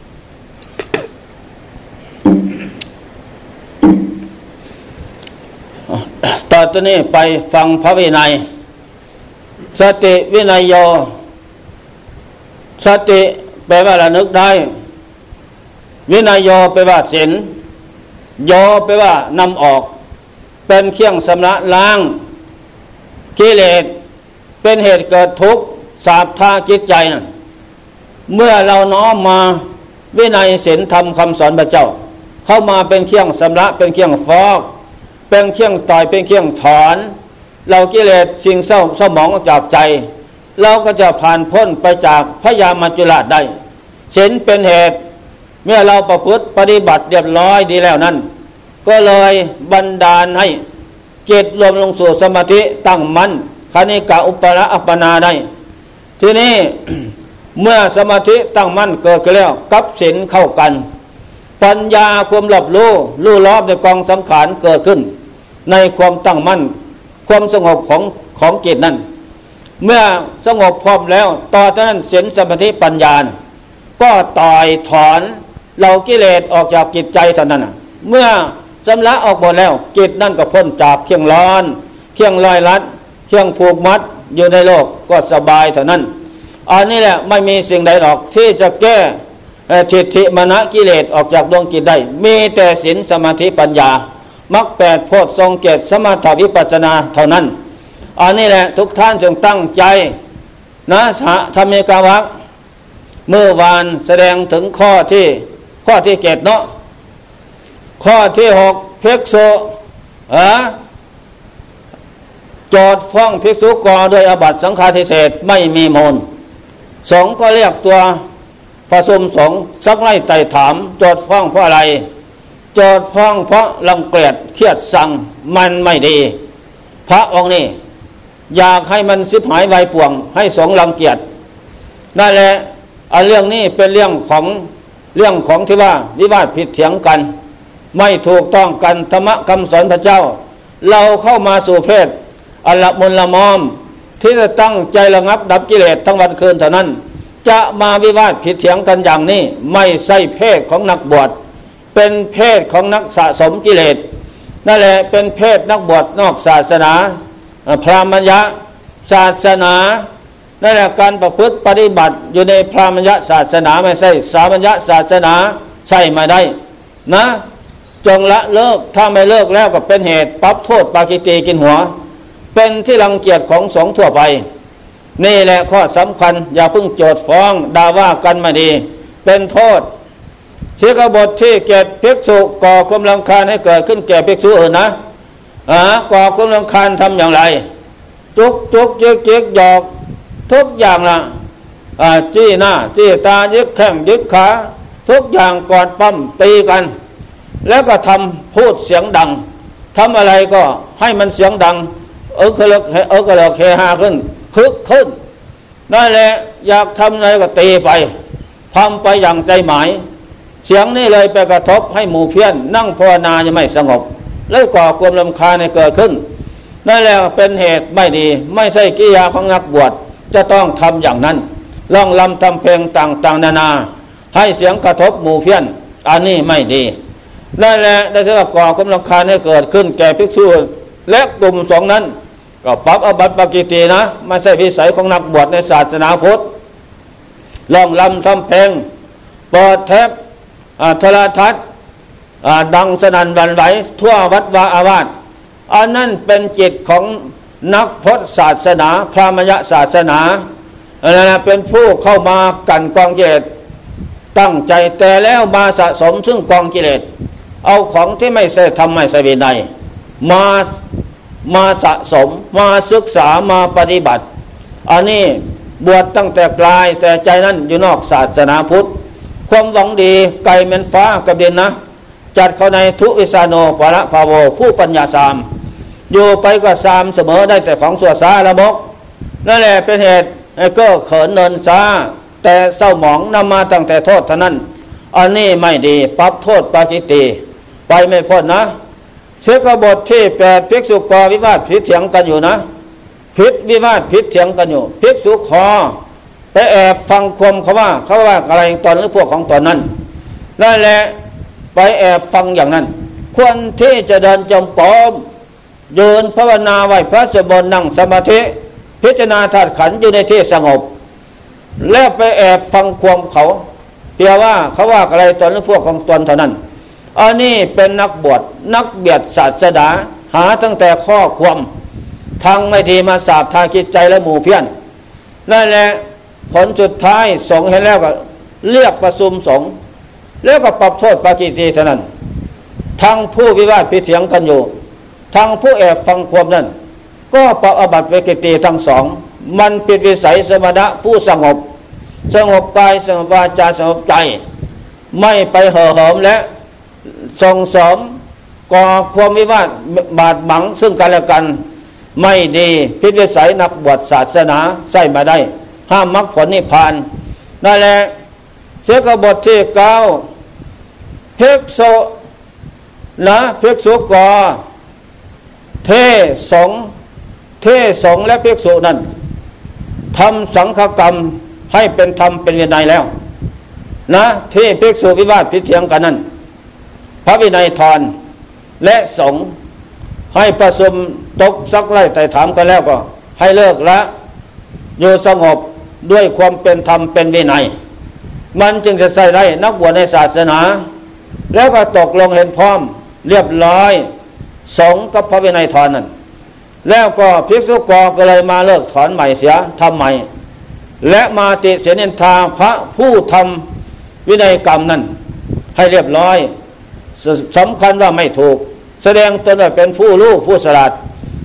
ต่อจากนี้ไปฟังพระวินัยสติวินัยโยสติแปลว่าระลึกได้วินัยโยแปลว่าศีลโยแปลว่านำออกเป็นเครื่องชำระล้างกิเลสเป็นเหตุเกิดทุกข์สาปทาจิตใจนั่นเมื่อเราน้อมมาวินัยศีลธรรมคำสอนพระเจ้าเข้ามาเป็นเครื่องชำระเป็นเครื่องฟอกเป็นเครื่องต่อยเป็นเครื่องถอนเรากิเลสสิ่งเศร้าเศร้าหมองจากใจเราก็จะผ่านพ้นไปจากพญามัจจุราชได้ศีลเป็นเหตุเมื่อเราประพฤติปฏิบัติเรียบร้อยดีแล้วนั้นก็เลยบันดาลให้จิตรวมลงสู่สมาธิตั้งมั่นคณิกะอุปละอัปปนาได้ทีนี้ เมื่อสมาธิตั้งมั่นเกิดขึ้นแล้วกับศีลเข้ากันปัญญาความรอบรู้รู้รอบในกองสังขารเกิดขึ้นในความตั้งมั่นความสงบของของจิตนั้นเมื่อสงบพร้อมแล้วต่อจากนั้นศีลสมาธิปัญญาก็ต่อยถอนเหล่ากิเลสออกจากจิตใจเท่านั้นเมื่อชำระออกหมดแล้วจิตนั่นก็พ้นจากเครื่องร้อนเครื่องลอยลัดเครื่องผูกมัดอยู่ในโลกก็สบายเท่านั้นอันนี้แหละไม่มีสิ่งใดหรอกที่จะแก้ทิฏฐิมานะกิเลสออกจากดวงจิตได้มีแต่ศีลสมาธิปัญญามรรคแปดโพชฌงค์เจ็ดสมถะวิปัสสนาเท่านั้นอันนี้แหละทุกท่านจงตั้งใจนะสะธรรมิกาวัคเมื่อวานแสดงถึงข้อที่ข้อที่เจ็ดเนาะข้อที่หกภิกษุเออโจทย์ฟ้องภิกษุกอโดยอาบัติสังฆาทิเศษไม่มีมูลสงฆ์ก็เรียกตัวประชุมสงฆ์ซักไล่ไต่ถามโจทย์ฟ้องเพราะอะไรโจทย์ฟ้องเพราะรังเกียจเครียดสังมันไม่ดีพระองค์นี้อยากให้มันสิบหายไวป่วงให้สงฆ์รังเกียจนั่นแหละอันเรื่องนี้เป็นเรื่องของเรื่องของที่ว่าวิวาทผิดเถียงกันไม่ถูกต้องกันธรรมะคำสอนพระเจ้าเราเข้ามาสู่เพศอันละมุนละมอมที่จะตั้งใจระงับดับกิเลสทั้งวันคืนเท่านั้นจะมาวิวาทผิดเถียงกันอย่างนี้ไม่ใช่เพศของนักบวชเป็นเพศของนักสะสมกิเลสนั่นแหละเป็นเพศนักบวชนอกศาสนาพราหมณ์ยะศาสนานั่นแหละการประพฤติปฏิบัติอยู่ในพราหมณ์ยะศาสนาไม่ใช่สามัญญศาสนาใช่ไม่ได้นะจงละเลิกถ้าไม่เลิกแล้วก็เป็นเหตุปรับโทษปาจิตีกินหัวเป็นที่รังเกียจของสงฆ์ทั่วไปนี่แหละข้อสำคัญอย่าเพิ่งโจทย์ฟ้องด่าว่ากันไม่ดีเป็นโทษศีลบทที่เกียรติภิกษุก่อความรำคาญให้เกิดขึ้นแก่ภิกษุอื่นนะอ่าก่อความรำคาญทำอย่างไรจุกจุกยึกยึกหยอกทุกอย่างละอ่าจี้หน้าจี้ตายึกแข้งยึกขาทุกอย่างกอดปั้มตีกันแล้วก็ทำพูดเสียงดังทำอะไรก็ให้มันเสียงดังเออก็เลิกเออก็เลิกเฮฮาขึ้นคึกขึ้นนั่นแหละอยากทำอะไรก็ตีไปทำไปอย่างใจหมายเสียงนี้เลยไปกระทบให้หมู่เพี้ยนนั่งภาวนายังไม่สงบเลยก่อความรำคาญให้เกิดขึ้นนั่นแหละเป็นเหตุไม่ดีไม่ใช่กิริยาของนักบวชจะต้องทำอย่างนั้นร้องรำทำเพลงต่างๆนานาให้เสียงกระทบหมู่เพี้ยนอันนี้ไม่ดีนั่นแหละได้ที่ว่าก่อความรำคาญให้เกิดขึ้นแก่ภิกษุและกลุ่มสงฆ์นั้นก็ปรับอาบัติปาจิตีนะไม่ใช่วิสัยของนักบวชในศาสนาพุทธร้องรำทำเพลงเปิดเทปโทรทัศน์ดังสนั่นหวั่นไหวทั่ววัดวาอาวาสอันนั้นเป็นจิตของนักพุทธศาสนาพราหมณ์ศาสนาอันนั้นเป็นผู้เข้ามากันกองกิเลสตั้งใจแต่แล้วมาสะสมซึ่งกองกิเลสเอาของที่ไม่ใช่ธรรมไม่ใช่วินัยมามาสะสมมาศึกษามาปฏิบัติอันนี้บวชตั้งแต่กลายแต่ใจนั้นอยู่นอกศาสนาพุทธความหวังดีไกลเหม็นฟ้ากับดินนะจัดเข้าในทุวิสาโนปะระภาโวผู้ปัญญาสามอยู่ไปก็สามเสมอได้แต่ของสัวสาละมกนั่นแหละเป็นเหตุให้ก็เขินเนินซาแต่เศร้าหมองนำมาตั้งแต่โทษเท่านั้นอันนี้ไม่ดีปรับโทษปาจิตีไปไม่พ้นนะเชื้อกบฏที่แปดภิกษุกอวิวาทผิดเถียงกันอยู่นะผิดวิวาทผิดเถียงกันอยู่ภิกษุขอไปแอบฟังความเขาว่าเขาว่าอะไรตอนหรือพวกของตอนนั้นนั่นแหละไปแอบฟังอย่างนั้นควรที่จะเดินจงกรมยืนภาวนาไหว้พระสวดมนต์นั่งสมาธิพิจารณาธาตุขันธ์อยู่ในที่สงบแล้วไปแอบฟังความเขาเพียงว่าเขาว่าอะไรตอนหรือพวกของตนเท่านั้นอันนี้เป็นนักบวชนักเบียดศาสนาหาตั้งแต่ข้อความทางไม่ดีมาสาบทางจิตใจและหมู่เพี้ยนนั่นแหละผลสุดท้ายสงฆ์เห็นแล้วก็เรียกประชุมสงฆ์แล้วก็ปรับโทษปาจิตีเท่านั้นทั้งผู้วิวาทผิดเถียงกันอยู่ทั้งผู้แอบฟังความนั้นก็ปรับอาบัติปาจิตีทั้งสองมันผิดวิสัยสมณะผู้สงบสงบกายสงบวาจาสงบใจไม่ไปเห่อเหิมและส่งเสริมก่อความวิวาทบาดหมางซึ่งกันและกันไม่ดีผิดวิสัยนักบวชศาสนาใส่มาได้ห้ามมรรคผลนิพพานนั่นแหละเชื้อกบฏที่เก้าภิกษุนะภิกษุกอเทสงเทสงและภิกษุนั้นทำสังฆกรรมให้เป็นธรรมเป็นวินัยแล้วนะที่ภิกษุวิวาทผิดเถียงกันนั้นพระวินัยทรและสงฆ์ให้ประชุมตกซักไล่ไต่ถามกันแล้วก็ให้เลิกละอยู่สงบด้วยความเป็นธรรมเป็นวินัยมันจึงจะใส่ได้นักบวชในศาสนาแล้วก็ตกลงเห็นพร้อมเรียบร้อยสงฆ์กับพระวินัยทรนั้นแล้วก็ภิกษุกอก็เลยมาเลิกถอนใหม่เสียทำใหม่และมาติเสนินทาพระผู้ทำวินัยกรรมนั้นให้เรียบร้อยสำคัญว่าไม่ถูกแสดงตนว่าเป็นผู้รู้ผู้ฉลาด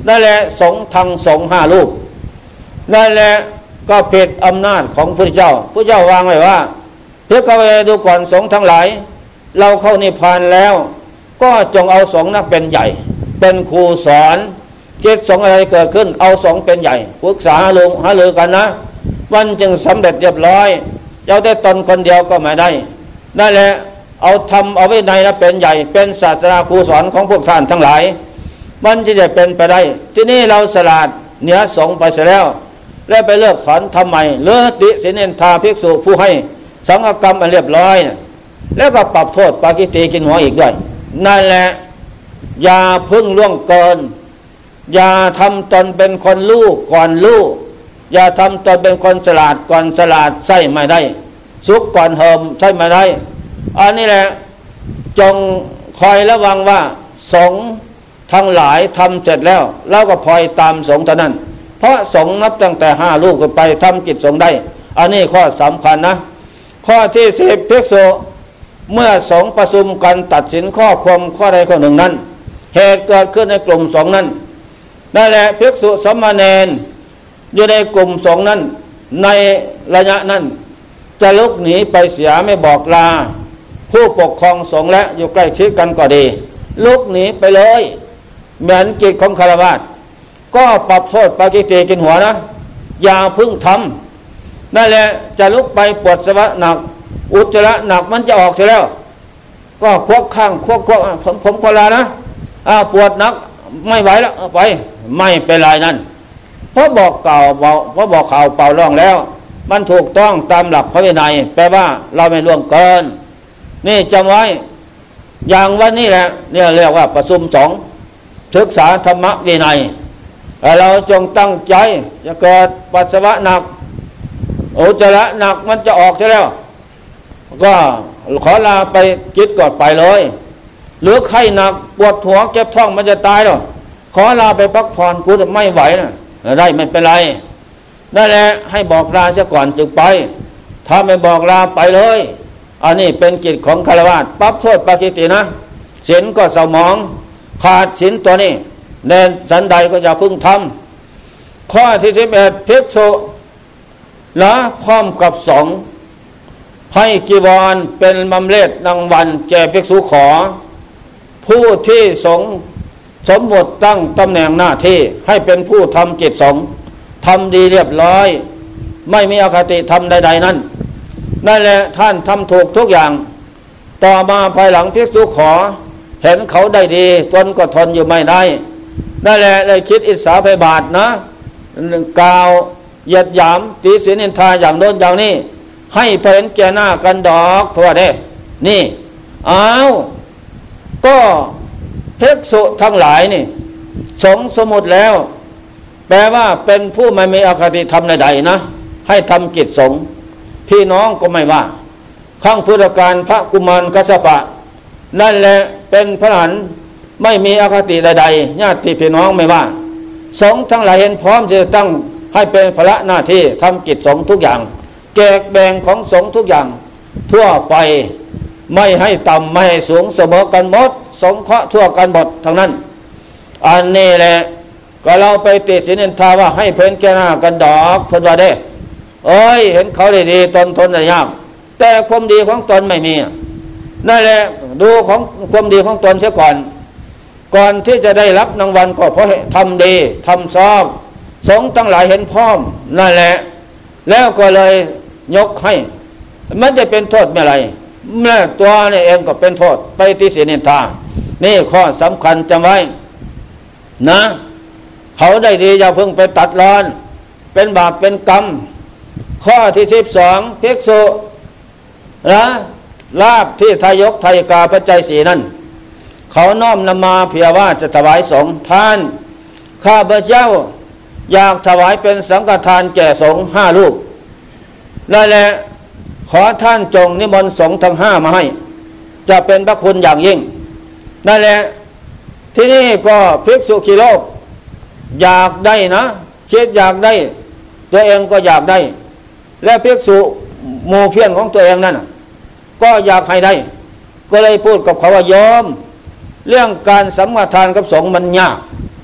นั่นแหละสงฆ์ทางสงฆ์ห้ารูปนั่นแหละก็ผิดอำนาจของพระเจ้าพระเจ้าวางไว้ว่าเพื่อเข้าไปดูก่อนสงฆ์ทั้งหลายเราเข้านิพพานแล้วก็จงเอาสงฆ์นั้นเป็นใหญ่เป็นครูสอนกิจสงฆ์อะไรเกิดขึ้นเอาสงฆ์เป็นใหญ่ปรึกษาหารือหารือกันนะมันจึงสำเร็จเรียบร้อยเอาได้ตนคนเดียวก็ไม่ได้นั่นแหละเอาทำเอาไว้ในนะเป็นใหญ่เป็นศาสนาครูสอนของพวกท่านทั้งหลายมันจะได้เป็นไปได้ที่นี่เราสลาดเหนือสงฆ์ไปเสียแล้วแล้วไปเลิกสอนทำไมเลือติสิเนนทาภิกษุผู้ให้สังฆกรรมอันเรียบร้อยแล้วก็ปรับโทษปากิตีกินหัวอีกด้วยนั่นแหละอย่าพึ่งล่วงเกินอย่าทำตนเป็นคนรู้ก่อนรู้อย่าทำตนเป็นคนฉลาดก่อนฉลาดใช่ไม่ได้สุกก่อนเหิมใช่ไม่ได้อันนี้แหละจงคอยระวังว่าสงฆ์ทั้งหลายทำเสร็จแล้วเราก็พลอยตามสงฆ์เท่านั้นเพราะสงฆ์นับตั้งแต่ห้ารูปขึ้นไปทำกิจสงฆ์ได้อันนี้ข้อสำคัญนะข้อที่สิบภิกษุเมื่อสงฆ์ประชุมกันตัดสินข้อความข้อใดข้อหนึ่งนั้นเหตุเกิดขึ้นในกลุ่มสงฆ์นั้นนั่นแหละภิกษุสามเณรอยู่ในกลุ่มสงฆ์นั้นในระยะนั้นจะลุกหนีไปเสียไม่บอกลาผู้ปกครองสงฆ์และอยู่ใกล้ชิดกันก็ดีลุกหนีไปเลยเหมือนกิจของฆราวาสก็ปรับโทษปากิตีกินหัวนะอย่าพึ่งทำนั่นแหละจะลุกไปปวดสะวะหนักอุจจาระหนักมันจะออกเสียแล้วก็ควักข้างควักควักผมผมขอลานะอ่าปวดหนักไม่ไหวแล้วไปไม่เป็นไรนั่นเพราะบอกกล่าวเบาเพราะบอกข่าวเปล่าร้องแล้วมันถูกต้องตามหลักพระวินัยแปลว่าเราไม่ล่วงเกินนี่จำไว้อย่างวันนี้แหละเนี่ยเรียกว่าประชุมสงฆ์ศึกษาธรรมวินัยเราจงตั้งใจจะเกิดปัสสาวะหนักอุจจาระหนักมันจะออกใช่แล้วก็ขอลาไปกิจก่อนไปเลยหรือไข้หนักปวดหัวเก็บท้องมันจะตายหรอขอลาไปพักผ่อนกูจะไม่ไหวนะได้ไม่เป็นไรนั่นแหละให้บอกลาเสียก่อนจึงไปถ้าไม่บอกลาไปเลยอันนี้เป็นกิจของฆราวาสปรับโทษปากิตีนะศีลก็เศร้าหมองขาดศีลตัวนี้แน่นสันใดก็อย่าพึ่งทำข้อที่สิบเอ็ดภิกษุละพร้อมกับสงฆ์ให้กีวรเป็นบำเหน็จรางวัลแก่ภิกษุขอผู้ที่สงฆ์สมบทตั้งตำแหน่งหน้าที่ให้เป็นผู้ทำกิจสงฆ์ทำดีเรียบร้อยไม่มีอคติธรรมใดๆนั้นนั่นแหละท่านทำถูกทุกอย่างต่อมาภายหลังภิกษุขอเห็นเขาได้ดีตนก็ทนอยู่ไม่ได้นั่นแหละเลยคิดอิจฉาพยาบาทนะกล่าวเหยียดหยามตีศีลนินทาอย่างโน้นอย่างนี้ให้เห็นแก่หน้ากันดอกเพราะว่าเด้นี่อ้าวก็ภิกษุทั้งหลายนี่สงฆ์สมุดแล้วแปลว่าเป็นผู้ไม่มีอคติธรรมใดๆนะให้ทำกิจสงฆ์พี่น้องก็ไม่ว่าข้างพุทธการพระกุมารกัสสปะนั่นแหละเป็นพระอรหันต์ไม่มีอคติใดๆญาติพี่น้องไม่ว่าสงฆ์ทั้งหลายเห็นพร้อมจะตั้งให้เป็นภาระหน้าที่ทำกิจสงฆ์ทุกอย่างแจกแบ่งของสงฆ์ทุกอย่างทั่วไปไม่ให้ต่ำไม่ให้สูงเสมอกันหมดสงเคราะห์ทั่วกันหมดทั้งนั้นอันนี้แหละก็เราไปติศีลนินทาว่าให้เพ้นแก่หน้ากันดอกเพิ่นว่าเด้เอ้ยเห็นเขาได้ดีตนทนได้ยากแต่ความดีของตนไม่มีนั่นแหละดูของความดีของตนเสียก่อนก่อนที่จะได้รับรางวัลก็เพราะทำดีทำชอบสงฆ์ทั้งหลายเห็นพร้อมนั่นแหละแล้วก็เลยยกให้มันจะเป็นโทษไม่ไรแม่ตัวนี่เองก็เป็นโทษไปติศีลนินทานี่ข้อสำคัญจำไว้นะเขาได้ดีอย่าเพิ่งไปตัดรอนเป็นบาปเป็นกรรมข้อที่สิบสองภิกษุนะลาภที่ทายกทายกาปัจจัยสี่นั้นเขาน้อมนำมาเพียงว่าจะถวายสงฆ์ท่านข้าพเจ้าอยากถวายเป็นสังฆทานแก่สงฆ์ห้ารูปนั่นแหละขอท่านจงนิมนต์สงฆ์ทั้งห้ามาให้จะเป็นพระคุณอย่างยิ่งนั่นแหละที่นี่ก็ภิกษุขีโลกอยากได้นะคิดอยากได้ตัวเองก็อยากได้และภิกษุหมู่เพี้ยนของตัวเองนั่นก็อยากให้ได้ก็เลยพูดกับเขาว่าโยมเรื่องการสัมฆทานกับสงฆ์มันยาก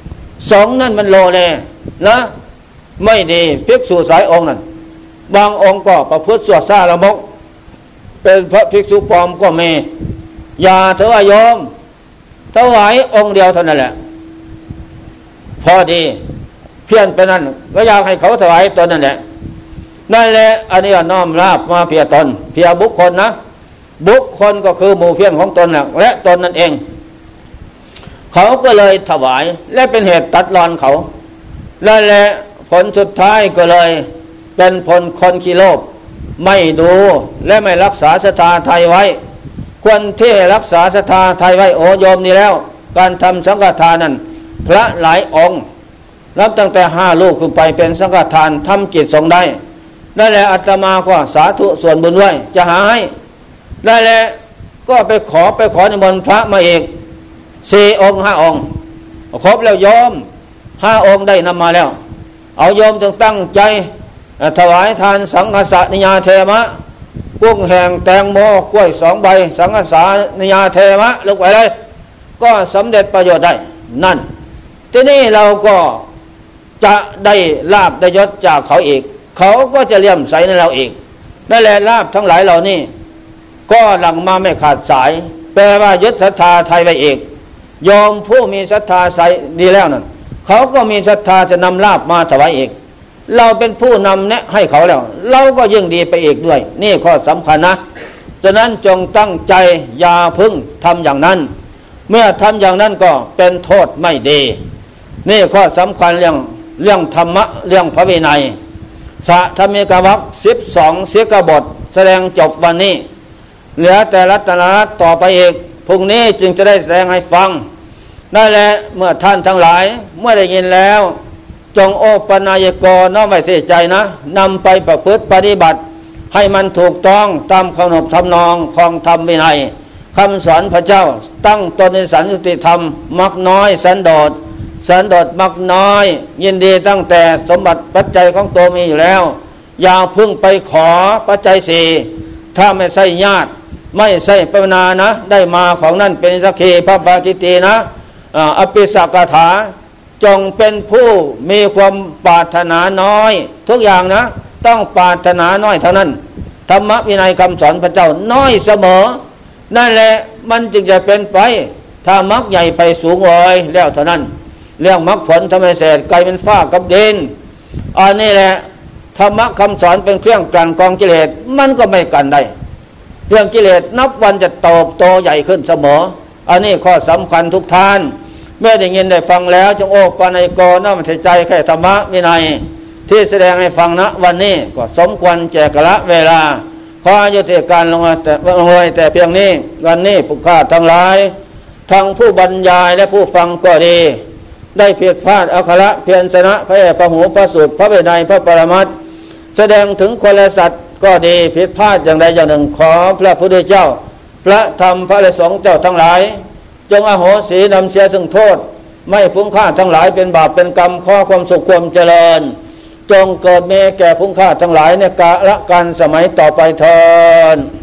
สองนั่นมันโลเลนะไม่ดีภิกษุสายองค์นั้นบางองค์ก็ประพฤติชั่วซาละมกเป็นพระภิกษุปลอมก็มีอย่าเถอะโยมถวายองค์เดียวเท่านั้นแหละพอดีเพี้ยนไปนั่นก็อยากให้เขาถวายตนนั่นแหละนั่นแหละอันนี้น้อมราบมาเพียตนเพียบุคคลนะบุคคลก็คือหมู่เพี้ยนของตนและตนนั่นเองเขาก็เลยถวายและเป็นเหตุตัดรอนเขานั่นแหละผลสุดท้ายก็เลยเป็นผลคนขี้โลภไม่ดูและไม่รักษาศรัทธาไทยไว้ควรที่รักษาศรัทธาไทยไว้โอโยมนี่แล้วการทำสังฆทานนั้นพระหลายองค์นับตั้งแต่ห้าลูกขึ้นไปเป็นสังฆทานทำกิจสงฆ์ได้ได้แล้วอาตมาก็สาธุส่วนบุญไว้จะหาให้ได้แล้วก็ไปขอไปขอนิมนต์พระมาอีกสี่องค์ห้าองค์ครบแล้วโยมห้าองค์ได้นำมาแล้วเอาโยมจงตั้งใจถวายทานสังฆสนิยาเทมะกุ้งแห้งแตงโมกล้วยสองใบสังฆสนิยาเทมะลงไปเลยก็สำเร็จประโยชน์ได้นั่นทีนี้เราก็จะได้ลาภได้ยศจากเขาอีกเขาก็จะเลี่ยมใสในเราอีกนั่นแหละลาภทั้งหลายเหล่านี้ก็หลั่งมาไม่ขาดสายแปลว่ายึดศรัทธาไทยไว้อีกยอมผู้มีศรัทธาใสดีแล้วนั่นเขาก็มีศรัทธาจะนำลาภมาถวายอีกเราเป็นผู้นำแนะให้เขาแล้วเราก็ยิ่งดีไปอีกด้วยนี่ข้อสำคัญนะฉะนั้นจงตั้งใจอย่าพึ่งทำอย่างนั้นเมื่อทำอย่างนั้นก็เป็นโทษไม่ดีนี่ข้อสำคัญเรื่องเรื่องธรรมะเรื่องพระวินัยสะธรรมิกวรรคสิบสองเสียกบทแสดงจบวันนี้เหลือแต่รัตนรัตน์ต่อไปอีกพรุ่งนี้จึงจะได้แสดงให้ฟังนั่นแหละเมื่อท่านทั้งหลายเมื่อได้ยินแล้วจงโอปนายกน้อมไว้ที่ใจนะนำไปประพฤติปฏิบัติให้มันถูกต้องตามขนบธรรมนองของธรรมวินัยคำสอนพระเจ้าตั้งตนในสันติธรรมมักน้อยสันโดษสันโดษมักน้อยยินดีตั้งแต่สมบัติปัจจัยของตัวมีอยู่แล้วอย่าพึ่งไปขอปัจจัยสี่ถ้าไม่ใช่ญาติไม่ใช่ปนานะได้มาของนั่นเป็นสักขีพระปาจิตีนะอภิสักถาจงเป็นผู้มีความปรารถนาน้อยทุกอย่างนะต้องปรารถนาน้อยเท่านั้นธรรมวินัยคำสอนพระเจ้าน้อยเสมอนั่นแหละมันจึงจะเป็นไปถ้ามักใหญ่ไปสูงเลยแล้วเท่านั้นเรื่องมรรคผลทำให้เสร็จไกลเป็นฟ้ากับดินอันนี้แหละธรรมะคำสอนเป็นเครื่องกลั่นกรองกิเลสมันก็ไม่กันได้เรื่องกิเลสนับวันจะโตโตใหญ่ขึ้นเสมออันนี้ข้อสำคัญทุกท่านเมื่อได้ยินได้ฟังแล้วจงโอปนายกน้อมใจแค่ธรรมะวินัยที่แสดงให้ฟังณวันนี้ก็สมควรแก่กาลเวลาขอยุติการลงแต่ลงเลยแต่เพียงนี้วันนี้ผู้ข้าทั้งหลายทั้งผู้บรรยายและผู้ฟังก็ดีได้ผิดพลาดอัคระเพียรชนะพระเอกพระหูพระสูตรพระวินัยพระปรมัตถ์แสดงถึงคนและสัตว์ก็ดีผิดพลาดอย่างใดอย่างหนึ่งขอพระพุทธเจ้าพระธรรมพระสงฆ์เจ้าทั้งหลายจงอโหสินำเสียซึ่งโทษไม่ฟุ้งค่าทั้งหลายเป็นบาปเป็นกรรมขอความสุขความเจริญจงเกิดเมแก่ฟุ้งค่าทั้งหลายในกาลกันสมัยต่อไปเถิด